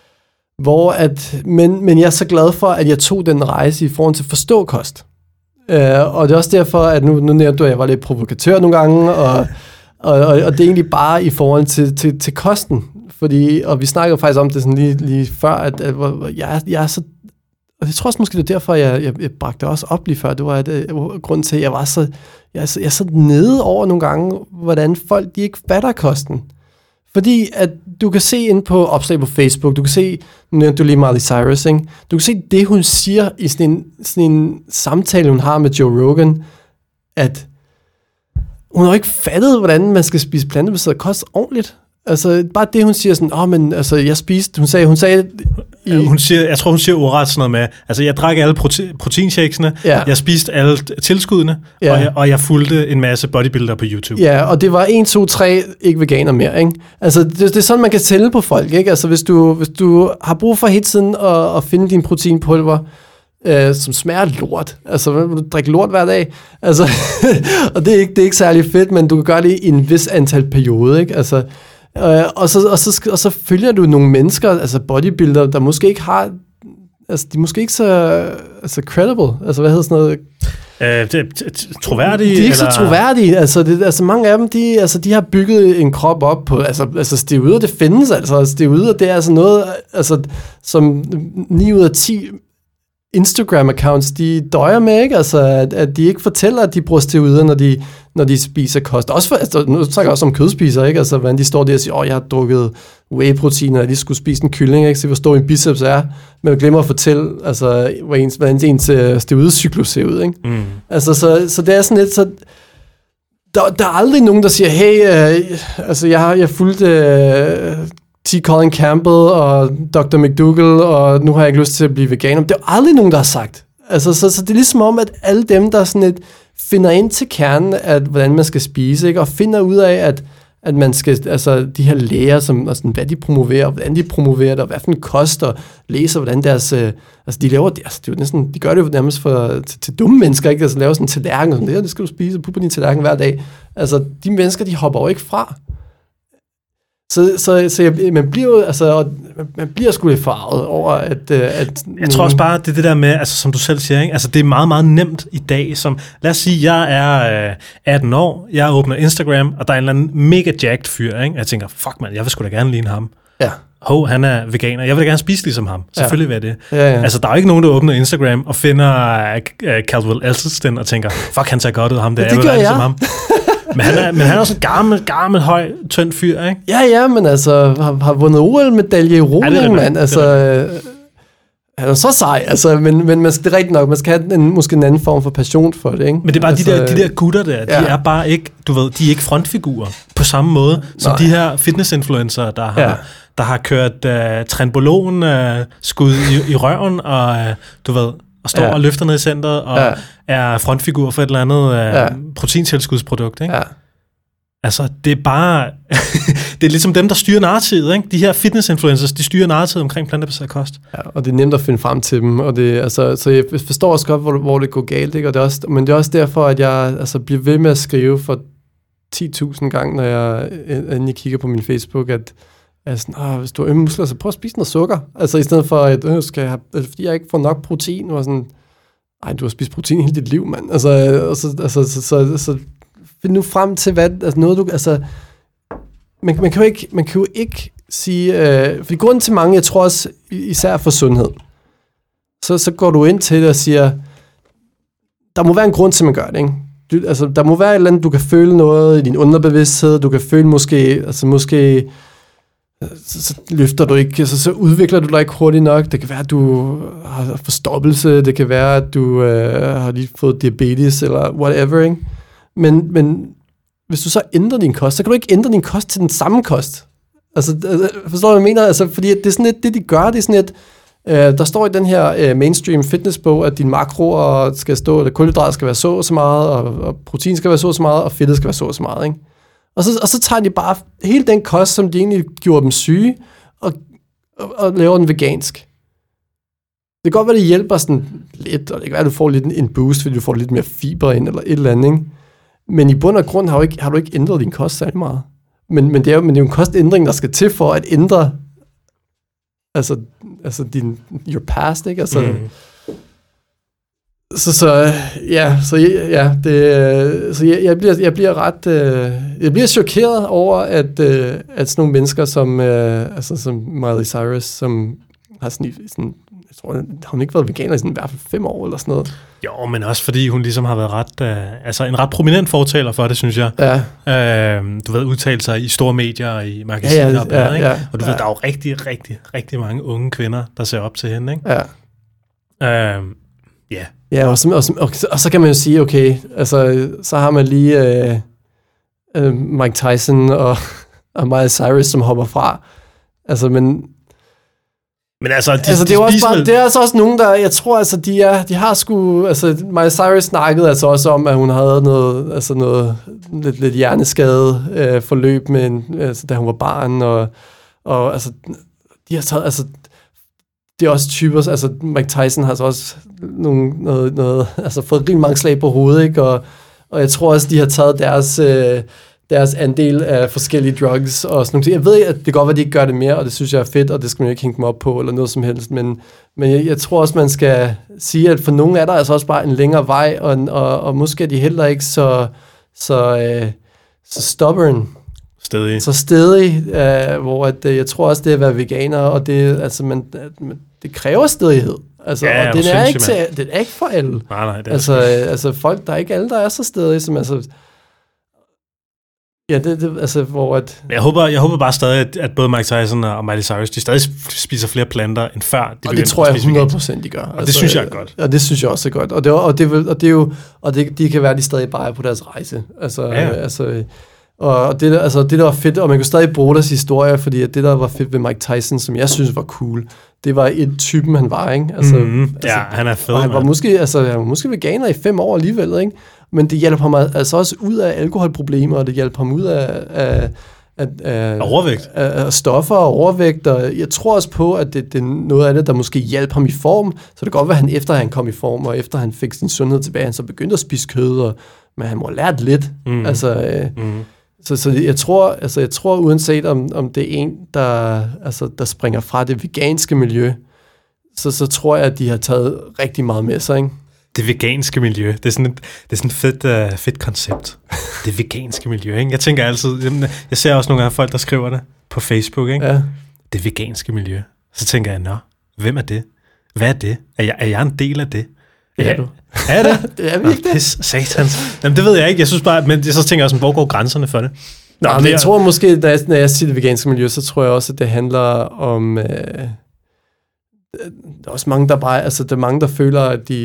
S2: men jeg er så glad for, at jeg tog den rejse i forhold til at forstå kost. Og det er også derfor, at nu nævnte du, at jeg var lidt provokatør nogle gange, og det er egentlig bare i forhold til kosten. Og vi snakkede faktisk om det sådan lige før, at jeg er så... Og jeg tror også måske, det er derfor, jeg bragte også op lige før. Det var grund til, at jeg er så nede over nogle gange, hvordan folk de ikke fatter kosten. Fordi at du kan se ind på opslag på Facebook, du kan se, du lige Miley Cyrus, ikke? Du kan se det, hun siger i sådan en samtale, hun har med Joe Rogan, at hun har ikke fattet, hvordan man skal spise plantebaseret kost ordentligt. Altså, bare det, hun siger sådan, men altså, jeg spiste, hun sagde
S1: jeg tror, hun siger ordret sådan noget med, altså, jeg drak alle proteinshakesene, jeg spiste alle tilskuddene, og jeg fulgte en masse bodybuilder på YouTube. Ja,
S2: og det var 1, 2, 3 ikke veganer mere, ikke? Altså, det er sådan, man kan tælle på folk, ikke? Altså, hvis du har brug for hele tiden at finde din proteinpulver, som smager lort. Altså, du drikker lort hver dag. Altså, og det er ikke særlig fedt, men du kan gøre det i en vis antal periode, ikke? Altså, og så følger du nogle mennesker, altså bodybuilder, der måske ikke har, altså de er måske ikke så credible, altså hvad hedder sådan noget?
S1: Troværdige?
S2: De er ikke så troværdige, altså mange af dem, de har bygget en krop op på, altså steroider, det findes altså, steroider, det er altså noget, altså som 9 ud af 10 Instagram-accounts, de døjer med, ikke? Altså, at de ikke fortæller, at de bruger steroider, når de spiser kost. Også for, altså, nu snakker jeg også om kødspiser, ikke? Altså, hvordan de står der og siger, jeg har drukket whey-proteiner, og de skulle spise en kylling, ikke? Se, hvor stor en biceps er. Men jeg glemmer at fortælle, altså, hvordan ens steroidcyklus ser ud, ikke? Mm. Altså, så det er sådan lidt, så der er aldrig nogen, der siger, hey, altså, jeg fulgte T. Colin Campbell og Dr. McDougall, og nu har jeg ikke lyst til at blive veganer. Det er jo aldrig nogen, der har sagt. Altså, så det er ligesom om, at alle dem, der sådan et, finder ind til kernen af, hvordan man skal spise, ikke? Og finder ud af, at man skal, altså de her læger, som, altså, hvad de promoverer, hvordan de promoverer det, og hvad for en kost, og læser, hvordan deres, altså de laver det, altså det er jo næsten, de gør det jo nærmest til dumme mennesker, ikke? Altså laver sådan en tallerken, og sådan, det skal du spise, putte på din tallerken hver dag. Altså de mennesker, de hopper jo ikke fra. Så man bliver jo, altså, man bliver sgu lidt farvet over, at
S1: jeg tror også bare, det der med, altså som du selv siger, ikke? Altså det er meget, meget nemt i dag, som, lad os sige, jeg er 18 år, jeg åbner Instagram, og der er en eller anden mega jacked fyr, ikke? Jeg tænker, fuck man, jeg vil sgu da gerne ligne ham.
S2: Ja.
S1: Han er veganer, jeg vil da gerne spise ligesom ham. Selvfølgelig vil jeg det.
S2: Ja.
S1: Altså der er jo ikke nogen, der åbner Instagram og finder Caldwell Esselstyn og tænker, fuck, han ser godt ud, ham der, jeg vil være ligesom ham. Men han er også en gammel, høj, tynd fyr, ikke?
S2: Ja, men altså, har vundet OL-medalje i roning, mand. Altså, han er så sej, altså, men man skal, det er rigtigt nok, man skal have måske en anden form for passion for det, ikke?
S1: Men det er bare altså, de der gutter der, de er bare ikke, du ved, de er ikke frontfigurer på samme måde, som de her fitness-influencer, der har kørt trenbolon skud i røven, og du ved, og står og løfter ned i centret, og er frontfigur for et eller andet proteintilskudsprodukt, ikke? Ja. Altså, det er bare... det er ligesom dem, der styrer narrativet, ikke? De her fitness-influencers, de styrer narrativet omkring plantebaseret kost. Ja,
S2: og det er nemt at finde frem til dem, og det, altså, så jeg forstår også godt, hvor det går galt, ikke? Og det er også, men det er også derfor, at jeg altså, bliver ved med at skrive for 10.000 gange, når jeg endelig kigger på min Facebook, at sådan, hvis du har ømme muskler, så prøv at spise noget sukker. Altså i stedet for, at fordi jeg ikke får nok protein, og sådan, du har spist protein hele dit liv, mand. Så find nu frem til, hvad, altså noget du, altså, man kan jo ikke sige, for grunden til mange, jeg tror også, især for sundhed, så går du ind til det og siger, der må være en grund til, at man gør det, ikke? Der må være et eller andet, du kan føle noget i din underbevidsthed, du kan føle måske så løfter du ikke, så udvikler du dig ikke hurtigt nok. Det kan være, at du har forstoppelse, det kan være, at du har lige fået diabetes, eller whatever, ikke? Men hvis du så ændrer din kost, så kan du ikke ændre din kost til den samme kost. Altså, forstår du, hvad jeg mener? Altså, fordi det er sådan lidt, det de gør, det er sådan lidt, der står i den her mainstream fitnessbog, at dine makroer skal stå, at kulhydrater skal være så meget, og protein skal være så meget, og fedtet skal være så meget, ikke? Og så tager de bare hele den kost, som de egentlig gjorde dem syge, og laver den vegansk. Det kan godt være, det hjælper sådan lidt, og det kan være, at du får lidt en boost, fordi du får lidt mere fiber ind, eller et eller andet, ikke? Men i bund og grund har du ikke ændret din kost særlig meget. Men det er jo en kostændring, der skal til for at ændre altså your past, ikke? Altså, jeg bliver chokeret over at sådan nogle mennesker som Miley Cyrus, som har sådan jeg tror, har hun ikke været veganer i sådan i hvert fald 5 år eller sådan noget.
S1: Jo, men også fordi hun ligesom har været en ret prominent fortaler for det, synes jeg.
S2: Ja.
S1: Du ved, udtale sig i store medier, i magasiner og bladre, ikke? Og du ved, der er jo rigtig, rigtig, rigtig mange unge kvinder, der ser op til hende, ikke?
S2: Ja. Ja, og så kan man jo sige, okay, altså, så har man lige Mike Tyson og Miley Cyrus, som hopper fra. Altså, men
S1: altså,
S2: det er jo også bare, det er altså også nogen, der, jeg tror, altså, de har sgu, altså, Miley Cyrus snakkede altså også om, at hun havde noget lidt hjerneskade forløb med da hun var barn, og altså, de har taget, altså, det er også typer, altså Mike Tyson har så også noget altså fået rigtig mange slag på hovedet, ikke? Og jeg tror også, de har taget deres andel af forskellige drugs og sådan noget. Jeg ved, at det godt være, at de ikke gør det mere, og det synes jeg er fedt, og det skal man jo ikke hænge dem op på, eller noget som helst, men jeg tror også, man skal sige, at for nogle er der altså også bare en længere vej, og måske er de heller ikke så stubborn.
S1: Så
S2: stedig, hvor jeg tror også, det at være veganer, og det, altså, det kræver stedighed. Altså,
S1: ja,
S2: og det er ikke for alle.
S1: Nej, det
S2: er altså folk, der er ikke alle, der er så stedige, som altså... Ja, det altså, hvor at...
S1: Jeg håber bare stadig, at både Mike Tyson og Miley Cyrus, de stadig spiser flere planter, end før de
S2: og det tror jeg 100% de gør.
S1: Og altså, det synes jeg er godt.
S2: Og det synes jeg også er godt. Og de kan være, de stadig bare er på deres rejse. Altså, ja. Og det der var fedt, og man kunne stadig bruge deres historie, fordi at det, der var fedt ved Mike Tyson, som jeg synes var cool, det var et typen, han var, ikke? Altså,
S1: han er fed,
S2: og han var måske veganer i 5 år alligevel, ikke? Men det hjalp ham altså også ud af alkoholproblemer, og det hjalp ham ud af
S1: overvægt.
S2: Af stoffer og overvægt, og jeg tror også på, at det er noget af det, der måske hjalp ham i form, så det kan godt være, at efter han kom i form, og efter han fik sin sundhed tilbage, han så begyndte at spise kød, men han må have lært lidt. Så jeg tror uanset om det er en, der springer fra det veganske miljø, så tror jeg, at de har taget rigtig meget med sig, ikke?
S1: Det veganske miljø, det er sådan et fedt koncept. Det veganske miljø, ikke? Jeg tænker altid, jeg ser også nogle gange folk, der skriver det på Facebook, ikke?
S2: Ja.
S1: Det veganske miljø. Så tænker jeg, hvem er det? Hvad er det? Er jeg en del af det?
S2: Det er du.
S1: Er det?
S2: Det er vi ikke det.
S1: Pis, satans. Jamen, det ved jeg ikke. Jeg synes bare, men så tænker jeg sådan, hvor går grænserne for det?
S2: Men jeg tror måske, når jeg siger det veganske miljø, så tror jeg også, at det handler om... der er også mange, der bare... Altså, der er mange, der føler,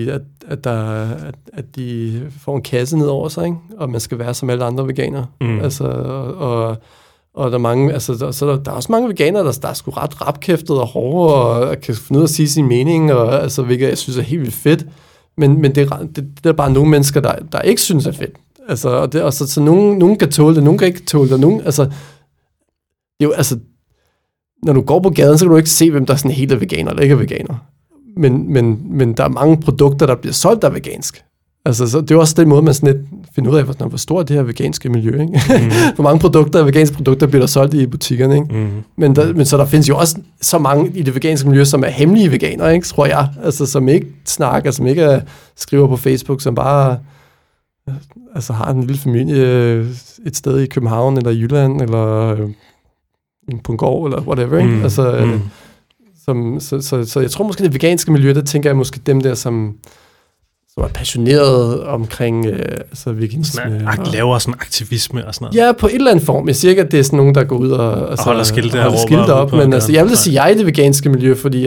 S2: at de får en kasse ned over sig, ikke? Og man skal være som alle andre veganere. Altså, og der er mange... Altså, der er også mange veganere, der er sgu ret rapkæftet og hårde, og kan finde ud af at sige sin mening, og altså, hvilket jeg synes er helt vildt fedt. Men det er bare nogle mennesker, der ikke synes er fedt. Altså, så nogen kan tåle det, nogen kan ikke tåle det, nogen... Altså, det er jo... Altså, når du går på gaden, så kan du ikke se, hvem der er sådan helt er veganer eller ikke er veganer. Men der er mange produkter, der bliver solgt, der er vegansk. Altså, så det er også den måde, man sådan lidt finder ud af, hvor stort det her veganske miljø, ikke? Hvor mange veganske produkter bliver der solgt i butikkerne, ikke? Men så der findes jo også så mange i det veganske miljø, som er hemmelige veganere, ikke? Tror jeg. Altså, som ikke snakker, som ikke skriver på Facebook, som bare har en lille familie et sted i København, eller i Jylland, eller... på en gård, eller whatever, ikke? Så jeg tror måske det veganske miljø, der tænker jeg måske dem der, som som er passioneret omkring veganisme.
S1: Laver sådan aktivisme og sådan noget.
S2: Ja, på et eller andet form. Jeg siger ikke, at det er sådan nogen, der går ud og
S1: holder skilte
S2: op, men altså, jeg vil sige, jeg er i det veganske miljø, fordi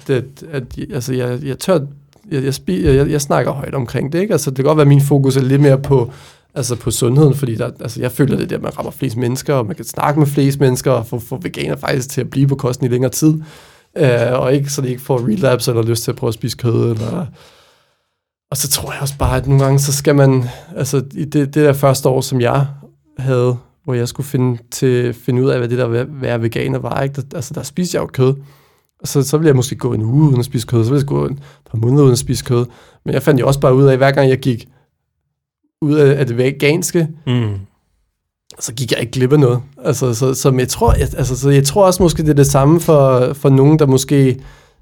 S2: jeg snakker højt omkring det, ikke? Altså, det kan godt være, at min fokus er lidt mere på sundheden, fordi jeg føler det der, at man rammer flest mennesker, og man kan snakke med flest mennesker, og få veganer faktisk til at blive på kosten i længere tid, og ikke, så de ikke får relapse, eller lyst til at prøve at spise kød, eller... Og så tror jeg også bare, at nogle gange, så skal man, altså i det der første år, som jeg havde, hvor jeg skulle finde ud af, hvad det der være veganer var, ikke? Der spiste jeg jo kød, og så ville jeg måske gå en uge uden at spise kød, så ville jeg gå et par måneder uden at spise kød, men jeg fandt jo også bare ud af, hver gang jeg gik ud af det veganske, så gik jeg ikke glip af noget. Altså, så jeg tror også måske, det er det samme for nogen, der måske...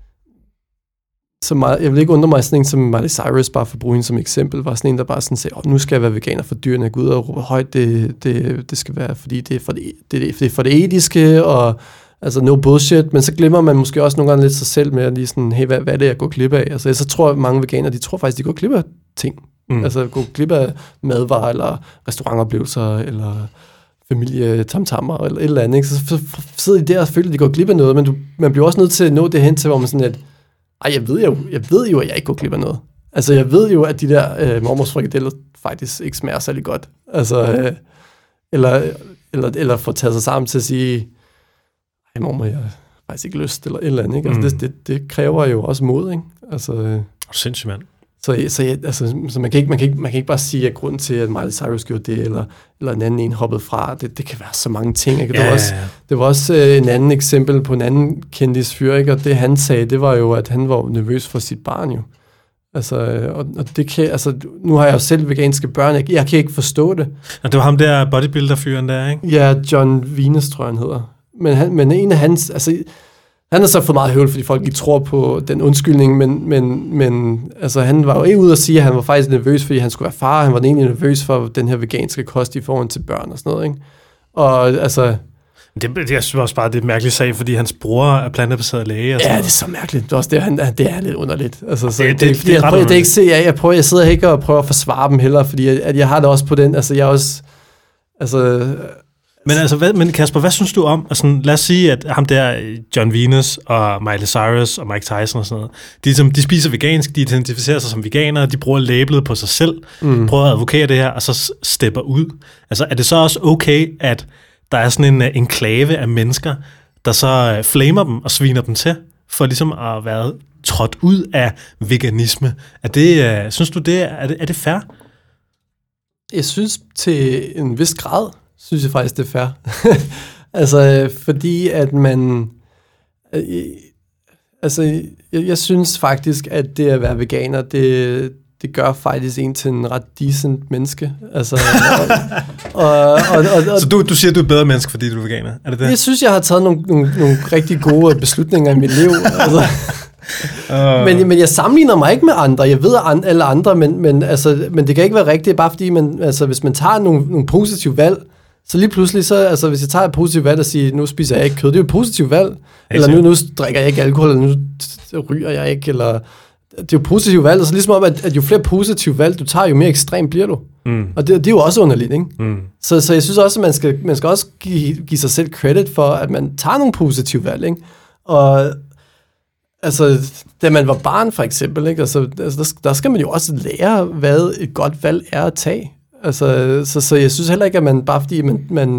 S2: Så meget, jeg vil ikke undre mig, sådan en som Miley Cyrus, bare for at bruge hende som eksempel, var sådan en, der bare sådan sagde, nu skal jeg være veganer for dyrene, jeg går ud og råber højt, det skal være, fordi det er for det etiske, og altså no bullshit, men så glemmer man måske også nogle gange lidt sig selv med at lige sådan, hey, hvad er det, jeg går glip af? Altså, så tror jeg, mange veganer, de tror faktisk, de går glip af ting. Altså, går glip af madvarer, eller restaurantoplevelser, eller familietamtammer, eller et eller andet, ikke? Så sidder de der og føler, at de går glip af noget, men man bliver også nødt til at nå det hen til, hvor man sådan, at jeg ved jo, at jeg ikke går glip af noget. Altså, jeg ved jo, at de der mormors frikadeller faktisk ikke smager særlig godt. Altså, eller få taget sig sammen til at sige, ej mormor, jeg har faktisk ikke lyst, eller et eller andet, ikke? Altså, det kræver jo også mod, ikke? Altså,
S1: sindssygt, mand.
S2: Så man kan ikke bare sige, at grunden til, at Miley Cyrus gjorde det, eller en anden en hoppede fra, det kan være så mange ting, ikke? Det var også en anden eksempel på en anden kendisfyr, ikke? Og det han sagde, det var jo, at han var nervøs for sit barn jo. Altså, og det kan, altså, nu har jeg jo selv veganske børn, jeg kan ikke forstå det.
S1: Og det var ham der bodybuilder-fyren der, ikke?
S2: Ja, John Venus, tror jeg, han hedder. Men en af hans, altså, han har så fået meget høvl, fordi folk ikke tror på den undskyldning, men altså, han var jo ikke ude at sige, at han var faktisk nervøs, fordi han skulle være far. Han var egentlig nervøs for den her veganske kost i forhold til børn og sådan noget, ikke? Og altså...
S1: Jeg synes også bare, det er et mærkeligt sag, fordi hans bror er plantebaseret læge.
S2: Ja, det er så mærkeligt. Det er også det er lidt underligt. Altså, så
S1: jeg
S2: sidder ikke og prøver at forsvare dem heller, fordi at jeg har det også på den, altså jeg også... Altså...
S1: Men Kasper, hvad synes du om, altså, lad os sige, at ham der, John Venus og Miley Cyrus og Mike Tyson og sådan noget, de spiser vegansk, de identificerer sig som veganere, de bruger labelet på sig selv, prøver at advokere det her, og så stepper ud. Altså, er det så også okay, at der er sådan en enklave af mennesker, der så flamer dem og sviner dem til, for ligesom at være trådt ud af veganisme? Synes du, er det fair?
S2: Jeg synes til en vis grad, synes jeg faktisk, det er fair. Altså, fordi at man... Altså, jeg synes faktisk, at det at være veganer, det gør faktisk en til en ret decent menneske. Altså,
S1: så du siger, at du er et bedre menneske, fordi du er veganer? Er det det?
S2: Jeg synes, jeg har taget nogle rigtig gode beslutninger i mit liv. Altså. Men jeg sammenligner mig ikke med andre. Jeg ved alle andre, men det kan ikke være rigtigt, bare fordi hvis man tager nogle positive valg, så lige pludselig, hvis jeg tager et positivt valg og siger, nu spiser jeg ikke kød, det er jo et positivt valg. Eller nu drikker jeg ikke alkohol, eller nu ryger jeg ikke, eller... Det er jo positivt valg, og så ligesom om, at jo flere positive valg du tager, jo mere ekstrem bliver du. Og det er jo også underligt, ikke? Så jeg synes også, at man skal også give sig selv credit for, at man tager nogle positive valg, ikke? Og altså, da man var barn for eksempel, ikke? Altså, der skal man jo også lære, hvad et godt valg er at tage. Altså, så jeg synes heller ikke, at man bare fordi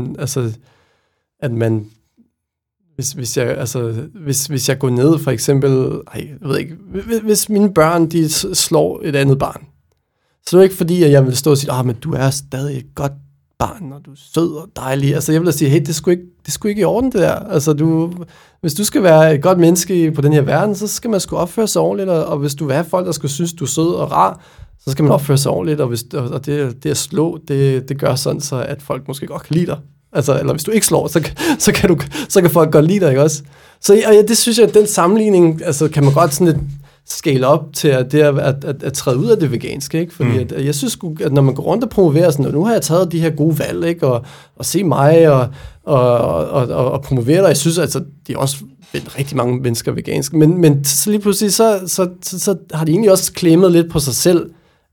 S2: hvis jeg går ned for eksempel, jeg ved ikke, hvis mine børn, de slår et andet barn, så er det ikke fordi, at jeg vil stå og sige, men du er stadig et godt barn, og du er sød og dejlig. Altså jeg vil da sige, hey, det er sgu ikke i orden det der. Altså hvis du skal være et godt menneske på den her verden, så skal man sgu opføre sig ordentligt, og hvis du vil have folk, der skal synes, du er sød og rar, så skal man opføre sig ordentligt, og det at slå, det gør sådan, så at folk måske godt kan lide dig. Altså, eller hvis du ikke slår, så kan folk godt lide dig, ikke også? Så det synes jeg, at den sammenligning, altså kan man godt sådan lidt scale op til at træde ud af det veganske, ikke? Fordi at jeg synes, at når man går rundt og promoverer sådan, og nu har jeg taget de her gode valg, ikke? Og se mig og promovere dig, jeg synes altså, det er også rigtig mange mennesker veganske, men så lige pludselig, så har de egentlig også klemmet lidt på sig selv,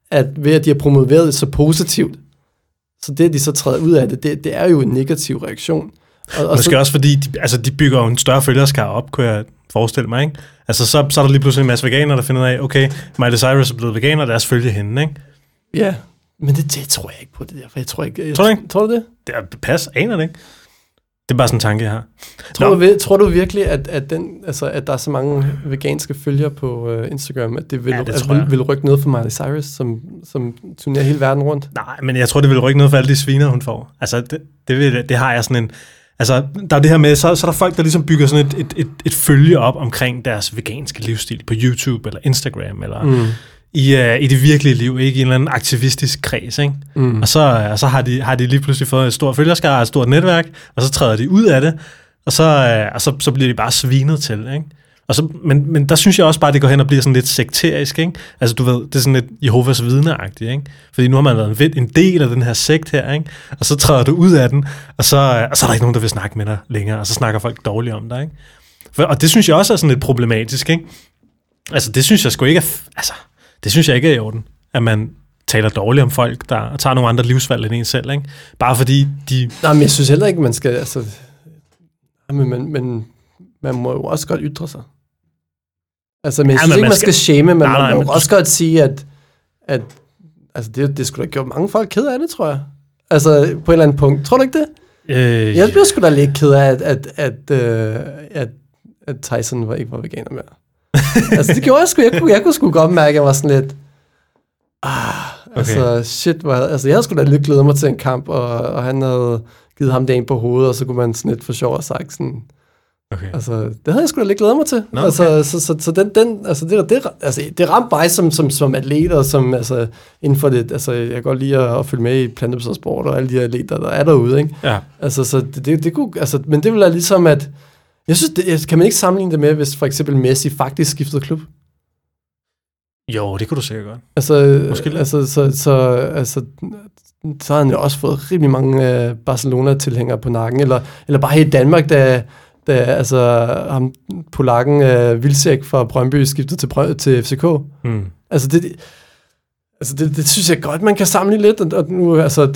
S2: at ved at de har promoveret det så positivt, så det, at de så træder ud af det, det er jo en negativ reaktion.
S1: Og måske også fordi, de bygger jo en større følgerskare op, kunne jeg forestille mig, ikke? Altså, så er der lige pludselig en masse veganer, der finder ud af, okay, Miley Cyrus er blevet veganer, lad os følge hende, ikke?
S2: Ja, men det tror jeg ikke på, det der, for jeg tror ikke...
S1: Tror du ikke?
S2: Tror du det?
S1: Det er pas, aner det ikke. Det er bare sådan en tanke, jeg har.
S2: Tror du virkelig, at der er så mange veganske følgere på Instagram, at det vil rykke noget for Miley Cyrus, som turnerer hele verden rundt?
S1: Nej, men jeg tror, det vil rykke noget for alle de sviner, hun får. Altså, det har jeg sådan en... Altså, der er det her med, så er der folk, der ligesom bygger sådan et følge op omkring deres veganske livsstil på YouTube eller Instagram, eller i det virkelige liv, ikke? I en eller anden aktivistisk kreds, ikke? Og så har de lige pludselig fået et stort følgerskare og et stort netværk, og så træder de ud af det, og så bliver de bare svinet til, ikke? Og så, men der synes jeg også bare, at det går hen og bliver sådan lidt sekterisk, ikke? Altså, du ved, det er sådan lidt Jehovas vidneagtigt, ikke? Fordi nu har man været en del af den her sekt her, ikke? Og så træder du ud af den, og så er der ikke nogen, der vil snakke med dig længere, og så snakker folk dårligt om dig, ikke? Og det synes jeg også er sådan lidt problematisk, ikke? Altså, det synes jeg sgu ikke det synes jeg ikke er i orden, at man taler dårligt om folk, der tager nogle andre livsvalg end en selv, ikke? Bare fordi de...
S2: Nej, men jeg synes heller ikke, man skal... Altså, men man må jo også godt ytre sig. Altså, men jeg synes ikke, man skal shame, men man må også godt sige, at altså, det skulle da gjort mange folk ked af det, tror jeg. Altså, på et eller andet punkt. Tror du ikke det? Jeg bliver sgu da lidt ked af, at Tyson ikke var veganer mere. Altså, det gjorde jeg sgu. Jeg kunne sgu godt mærke, at jeg var sådan lidt... Altså, shit. Jeg havde sgu da lidt glædet mig til en kamp, og han havde givet ham det en på hovedet, og så kunne man sådan lidt for sjov og sagt sådan... Okay. Altså, det havde jeg sgu da lidt glædet mig til. No, okay. Det ramte mig som atlet, og som, altså, inden for det, altså, jeg kan godt lide at følge med i plantebaseret sport, og alle de atleter, der er derude, ikke? Ja. Altså, så det kunne, altså, men det ville være ligesom, at, jeg synes, kan man ikke sammenligne det med, hvis for eksempel Messi faktisk skiftede klub?
S1: Jo, det kunne du sikkert godt.
S2: Altså, måske så har han jo også fået rimelig mange Barcelona-tilhængere på nakken, eller bare her i Danmark, da ham polakken Wilczek fra Brøndby skiftede til FCK. Altså det synes jeg godt, man kan samle lidt, og nu,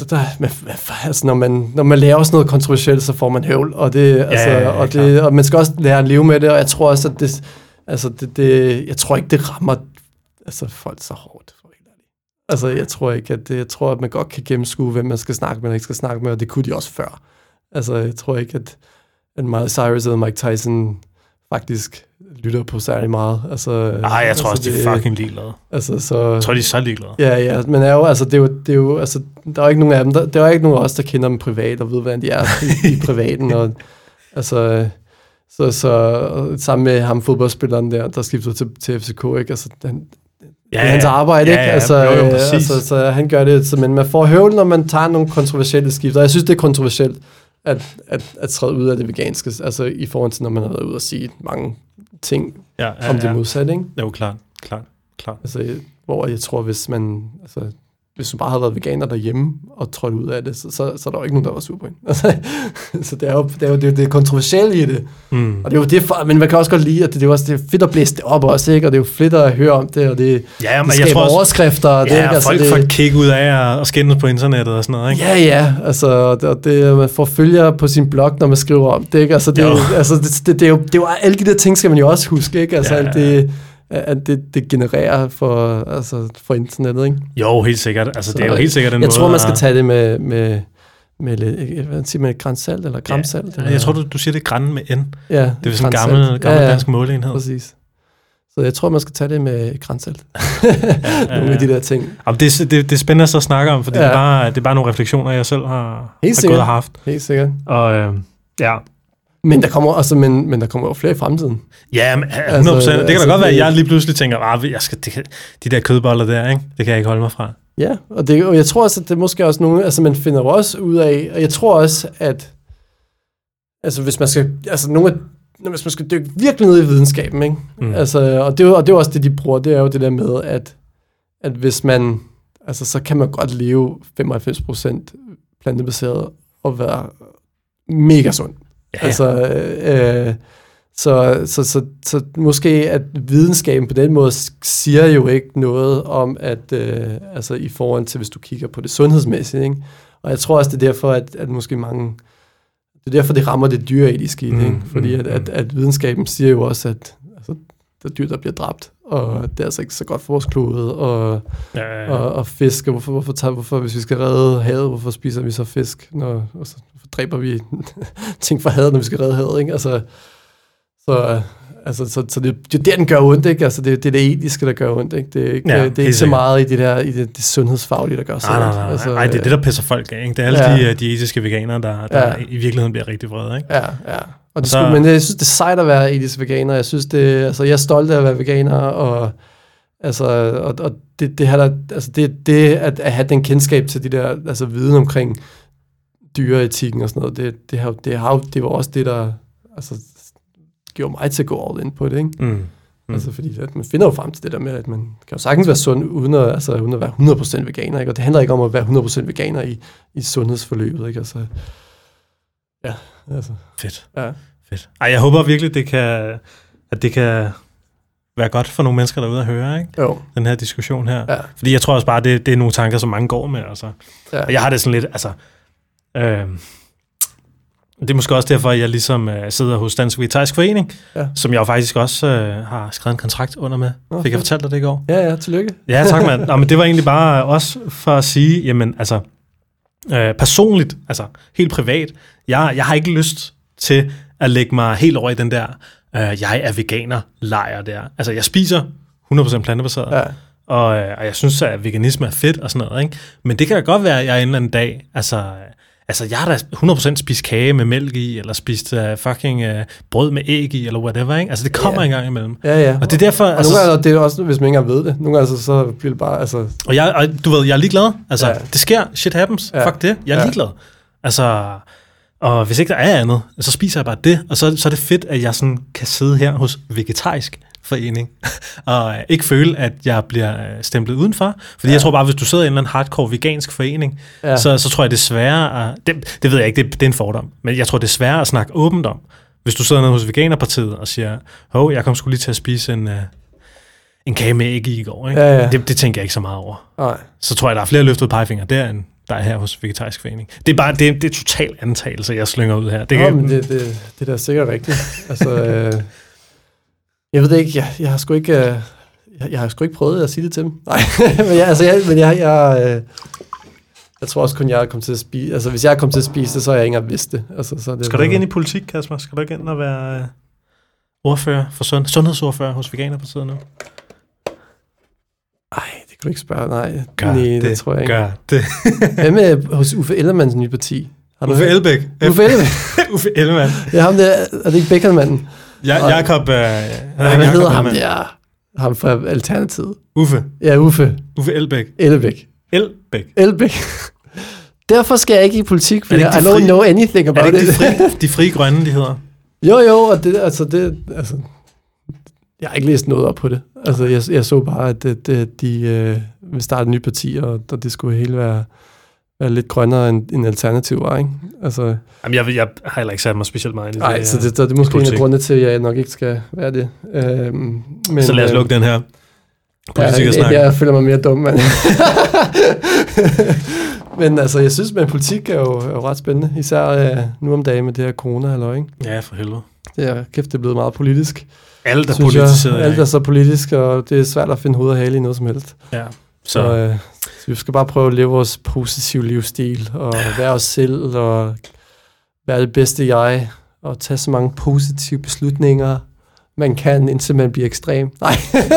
S2: når man laver sådan noget kontroversielt, så får man høvl, og og man skal også lære at leve med det, og jeg tror også, at jeg tror ikke, det rammer folk så hårdt. Altså, jeg tror, at man godt kan gennemskue, hvem man skal snakke med, og ikke skal snakke med, og det kunne de også før. Altså, jeg tror ikke, at Miley Cyrus og Mike Tyson faktisk lytter på særlig meget.
S1: Jeg tror også, de er fucking ligeglade. Jeg tror, de er så ligeglade.
S2: Ja, men det er jo, der er ikke nogen af dem, der er ikke nogen af os, der kender dem privat, og ved, hvordan de er i privaten, og så sammen med ham fodboldspilleren der skifter til FCK, ikke? Altså, det er hans arbejde, ikke? Så han gør det, men man får høvl, når man tager nogle kontroversielle skifter. Jeg synes, det er kontroversielt, at træde ud af det veganske, altså i forhold til, når man har været ude og sige mange ting om det modsatte, ikke?
S1: Jo, klart.
S2: Altså, hvor jeg tror, hvis du bare havde været veganer derhjemme og trådt ud af det, så er der jo ikke nogen, der var super ind. Så det er jo kontroversielle i det. Og det er jo det, men man kan også godt lide, at det er fedt at blæse det op også, ikke? Og det er jo fedt at høre om det, og det skaber overskrifter. Og det, ikke?
S1: Folk får et kick ud af at skændes på internettet og sådan noget, ikke?
S2: Ja, man får følgere på sin blog, når man skriver om det, ikke? Altså, det er jo alle de der ting, skal man jo også huske, ikke? Altså, alt det... at det genererer for internettet, ikke?
S1: Jo, helt sikkert. Altså, det er jo helt sikkert den
S2: måde. Jeg tror, man skal tage det med grænsalt eller gramsalt.
S1: Jeg tror, du siger det græn med N.
S2: Ja,
S1: det er sådan en gammel dansk måleenhed.
S2: Præcis. Så jeg tror, man skal tage det med grænsalt. Nogle af de der ting.
S1: Det er spændende at snakke om, for det er bare nogle refleksioner, jeg selv har gået og haft.
S2: Helt sikkert.
S1: Og
S2: Men der kommer jo flere i fremtiden.
S1: Ja, 100%. Det kan da godt være, at jeg lige pludselig tænker, de der kødboller der, ikke? Det kan jeg ikke holde mig fra.
S2: Ja, og jeg tror også, at det måske også nogle, altså man finder også ud af, og jeg tror også, at hvis man skal dykke virkelig ned i videnskaben, ikke? Og det er jo også det, de bruger, det er jo det der med, at hvis man, så kan man godt leve 95% plantebaseret og være mega sund. Ja. Så måske, at videnskaben på den måde siger jo ikke noget om, at altså i forhold til, hvis du kigger på det sundhedsmæssigt, ikke? Og jeg tror også, det er derfor, at måske mange... Det er derfor, det rammer det dyreetiske i det, ikke? Fordi at videnskaben siger jo også, at altså, der er dyr, der bliver dræbt, og det er altså ikke så godt for vores klode, og fisk, og hvorfor, hvis vi skal redde havet, hvorfor spiser vi så fisk, og så dræber vi ting fra havet, når vi skal redde havet, ikke? Så det er der, den gør ondt, ikke? Altså, det er det etiske, der gør ondt, ikke? Det er ikke, det er ikke så meget i det sundhedsfaglige, der gør sig.
S1: Nej. Altså, det er det, der pisser folk af, ikke? Det er alle de etiske veganere, der i virkeligheden bliver rigtig vrede, ikke?
S2: Ja. Men jeg synes, det er sejt at være etisk veganer. Jeg synes, jeg er stolt af at være veganer, og det her der, altså det at have den kendskab til de der, altså viden omkring dyreetikken og sådan noget, det var også det, der altså gjorde mig til at gå all in på det, ikke? Altså fordi at man finder jo frem til det der med, at man kan jo sagtens være sund, uden at være 100% veganer, ikke? Og det handler ikke om at være 100% veganer i sundhedsforløbet, ikke? Altså, ja, altså.
S1: Fedt. Ja. Fedt. Ej, jeg håber virkelig, at det kan være godt for nogle mennesker derude at høre, ikke?
S2: Jo.
S1: Den her diskussion her. Ja. Fordi jeg tror også bare, det er nogle tanker, som mange går med, altså. Ja. Og jeg har det sådan lidt, altså... det er måske også derfor, at jeg ligesom sidder hos Dansk Vegetarisk Forening, som jeg jo faktisk også har skrevet en kontrakt under med. Okay. Fik jeg fortalt dig det i går?
S2: Ja, tillykke.
S1: Ja, tak mand. Nå, men det var egentlig bare også for at sige, jamen altså, personligt, altså helt privat, jeg har ikke lyst til at lægge mig helt over i den der, jeg er veganer-lejr der. Altså, jeg spiser 100% plantebaseret, og jeg synes, at veganisme er fedt og sådan noget, ikke? Men det kan da godt være, at jeg en eller anden dag, altså, jeg har da 100% spist kage med mælk i, eller spist fucking brød med æg i, eller whatever, ikke? Altså, det kommer en gang imellem.
S2: Ja.
S1: Og det er derfor...
S2: Og altså, nogle gange, det er også, hvis man ikke engang ved det. Nogle gange, så bliver det bare, altså...
S1: Og du ved, jeg er ligeglad. Altså, det sker. Shit happens. Fuck det. Jeg er ligeglad. Altså... Og hvis ikke der er andet, så spiser jeg bare det. Og så er det fedt, at jeg sådan kan sidde her hos Vegetarisk Forening, og ikke føle, at jeg bliver stemplet udenfor. Fordi jeg tror bare, hvis du sidder i en eller anden hardcore vegansk forening, så tror jeg, det er sværere... Det ved jeg ikke, det er en fordom. Men jeg tror, det er sværere at snakke åbent om. Hvis du sidder nede hos Veganerpartiet og siger, jeg kom sgu lige til at spise en kage med æg i går. Ikke? Ja. Det tænker jeg ikke så meget over.
S2: Nej.
S1: Så tror jeg, der er flere løftede pegefingre der, end der er her hos Vegetarisk Forening. Det er bare det er total antagelse, jeg slynger ud her.
S2: Men det er da sikkert rigtigt. Altså, jeg ved det ikke. Jeg har sgu ikke... Jeg har sgu ikke prøvet at sige det til dem. Nej, jeg tror også kun, jeg er kommet til at spise... Altså, hvis jeg er kommet til at spise det, så har jeg ikke engang vidst det. Altså, så det
S1: skal du ikke ind i politik, Kasper? Skal du ikke ind og være ordfører for sundhedsordfører hos Veganerpartiet nu?
S2: Nej, det kan du ikke spørge. Nej,
S1: det
S2: tror jeg ikke.
S1: Gør det.
S2: Hvad med hos Uffe Ellemanns nye parti?
S1: Uffe Elbæk. Uffe Ellemann.
S2: Ja, ham der, er det ikke Beckermanden?
S1: Jakob...
S2: hvad hedder ham der? Ham fra Alternativet.
S1: Uffe.
S2: Ja, Uffe.
S1: Uffe Elbæk.
S2: Elbæk. Derfor skal jeg ikke i politik, for I don't know anything about it.
S1: De frie grønne, de hedder?
S2: Jo, og det, jeg har ikke læst noget op på det. Altså, jeg så bare, at de vil starte et nyt parti, og det skulle hele være lidt grønnere end alternativ var, ikke? Altså,
S1: jamen, jeg har heller ikke sat mig specielt meget ind i det.
S2: Nej, så det er måske en af grundene til, at jeg nok ikke skal være det. Men,
S1: så lad os lukke den her politikersnak.
S2: Jeg føler mig mere dum, mand. Men altså, jeg synes, at politik er jo ret spændende, især nu om dagen med det her corona-halløj, ikke?
S1: Ja, for helvede.
S2: Det er kæft, det er blevet meget politisk.
S1: Alt er politiseret.
S2: Alt er så politisk, og det er svært at finde hoved og hale i noget som helst.
S1: Ja.
S2: Så vi skal bare prøve at leve vores positive livsstil, og være os selv, og være det bedste jeg, og tage så mange positive beslutninger, man kan, indtil man bliver ekstrem. Nej.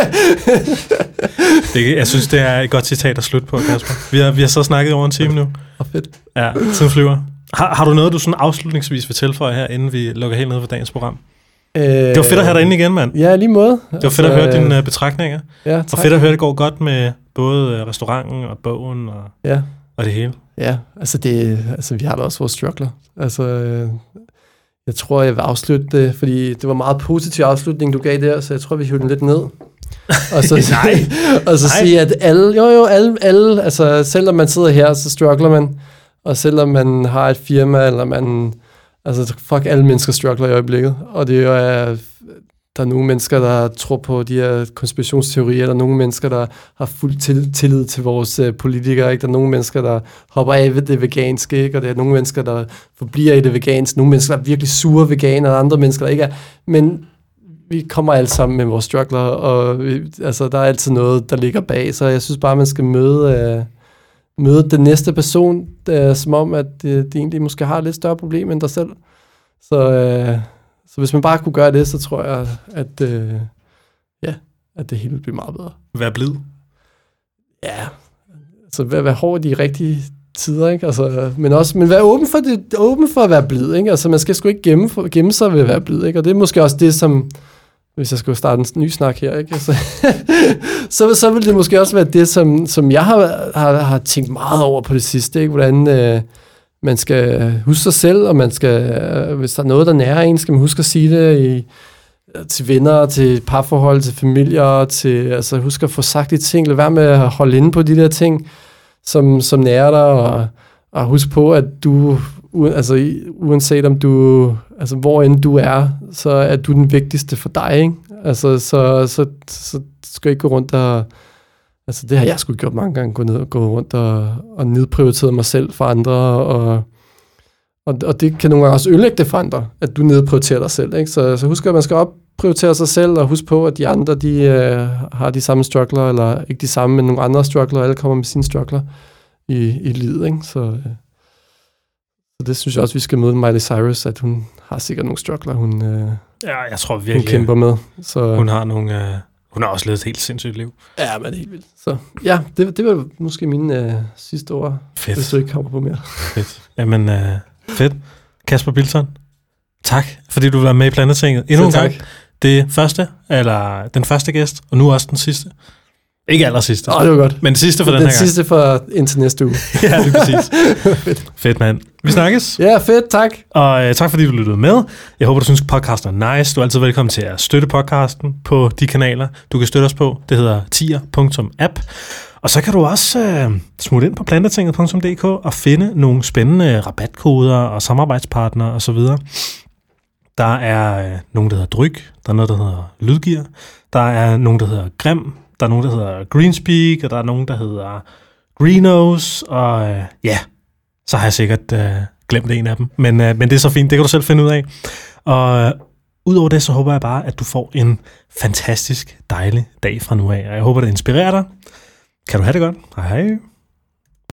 S1: Jeg synes, det er et godt citat at slutte på, Kasper. Vi har så snakket over en time nu.
S2: Fedt.
S1: Ja, tiden flyver. Har du noget, du sådan afslutningsvis vil tilføje her, inden vi lukker helt ned for dagens program? Det var fedt at have dig inde igen, mand.
S2: Ja, lige måde.
S1: Det var fedt at høre dine betragtninger.
S2: Ja,
S1: og fedt at høre, det går godt med både restauranten og bogen og det hele.
S2: Ja, altså vi har da også vores struggler. Altså, jeg tror, jeg vil afslutte det, fordi det var meget positiv afslutning, du gav der, så jeg tror, vi hiver den lidt ned. Og så, og så sige, at alle, altså selvom man sidder her, så struggler man. Og selvom man har et firma, eller man Altså, fuck, alle mennesker struggler i øjeblikket, og det er der er nogle mennesker, der tror på de her konspirationsteorier, der er nogle mennesker, der har fuld tillid til vores politikere, ikke? Der er nogle mennesker, der hopper af ved det veganske, ikke? Og der er nogle mennesker, der forbliver i det veganske, nogle mennesker, der er virkelig sure veganer, og andre mennesker, der ikke er. Men vi kommer alle sammen med vores struggler, og altså, der er altid noget, der ligger bag, så jeg synes bare, man skal møde den næste person, som om, at de egentlig måske har et lidt større problem end dig selv. Så hvis man bare kunne gøre det, så tror jeg, at det hele vil blive meget bedre.
S1: Vær blid.
S2: Ja, altså vær hård i de rigtige tider, ikke? Altså, men vær åben for at være blid, ikke? Altså man skal sgu ikke gemme sig ved at være blid, ikke? Og det er måske også det, som, hvis jeg skulle starte en ny snak her, ikke? Altså, så vil det måske også være det, som jeg har tænkt meget over på det sidste, ikke? Hvordan man skal huske sig selv, og man skal, hvis der er noget, der nærer en, skal man huske at sige det til venner, til parforhold, til familier, til, altså husk at få sagt de ting, lad være med at holde inde på de der ting, som nærer dig, og husk på, at du, altså uanset om du, altså hvor end du er, så er du den vigtigste for dig, ikke? Altså, så skal jeg ikke gå rundt og, altså det har jeg sgu gjort mange gange, gå rundt og nedprioriteret mig selv for andre, og det kan nogle gange også ødelægge det for andre, at du nedprioriterer dig selv, ikke? Så husk at man skal opprioritere sig selv, og husk på, at de andre, de har de samme struggler, eller ikke de samme, men nogle andre struggler, alle kommer med sine struggler i livet, ikke? Så det synes jeg også, vi skal møde Miley Cyrus, at hun har sikkert nogle struggler,
S1: jeg tror virkelig,
S2: hun kæmper med. Så
S1: hun har nogle... Hun har også levet et helt sindssygt liv.
S2: Ja, men det er helt vildt. Så ja, det var måske mine sidste ord.
S1: Fedt.
S2: Hvis du ikke kommer på mere.
S1: Fedt. Jamen, fedt. Kasper Bilton, tak, fordi du var med i Plantetinget. Endnu en gang. Den første gæst, og nu også den sidste. Ikke aller sidste.
S2: Det var godt.
S1: Men den sidste for den her gang.
S2: Den sidste for indtil næste uge.
S1: Ja, det er præcis. Fedt, mand. Vi snakkes.
S2: Ja, fedt, tak.
S1: Og tak, fordi du lyttede med. Jeg håber, du synes, podcasten er nice. Du er altid velkommen til at støtte podcasten på de kanaler, du kan støtte os på. Det hedder tier.app. Og så kan du også smutte ind på plantetinget.dk og finde nogle spændende rabatkoder og samarbejdspartnere osv. Der er nogen, der hedder Dryg. Der er noget, der hedder Lydgear. Der er nogen, der hedder Grim. Der er nogen, der hedder Greenspeak, og der er nogen, der hedder Greenose, og så har jeg sikkert glemt en af dem. Men det er så fint, det kan du selv finde ud af. Og udover det, så håber jeg bare, at du får en fantastisk, dejlig dag fra nu af. Og jeg håber, det inspirerer dig. Kan du have det godt? Hej hej.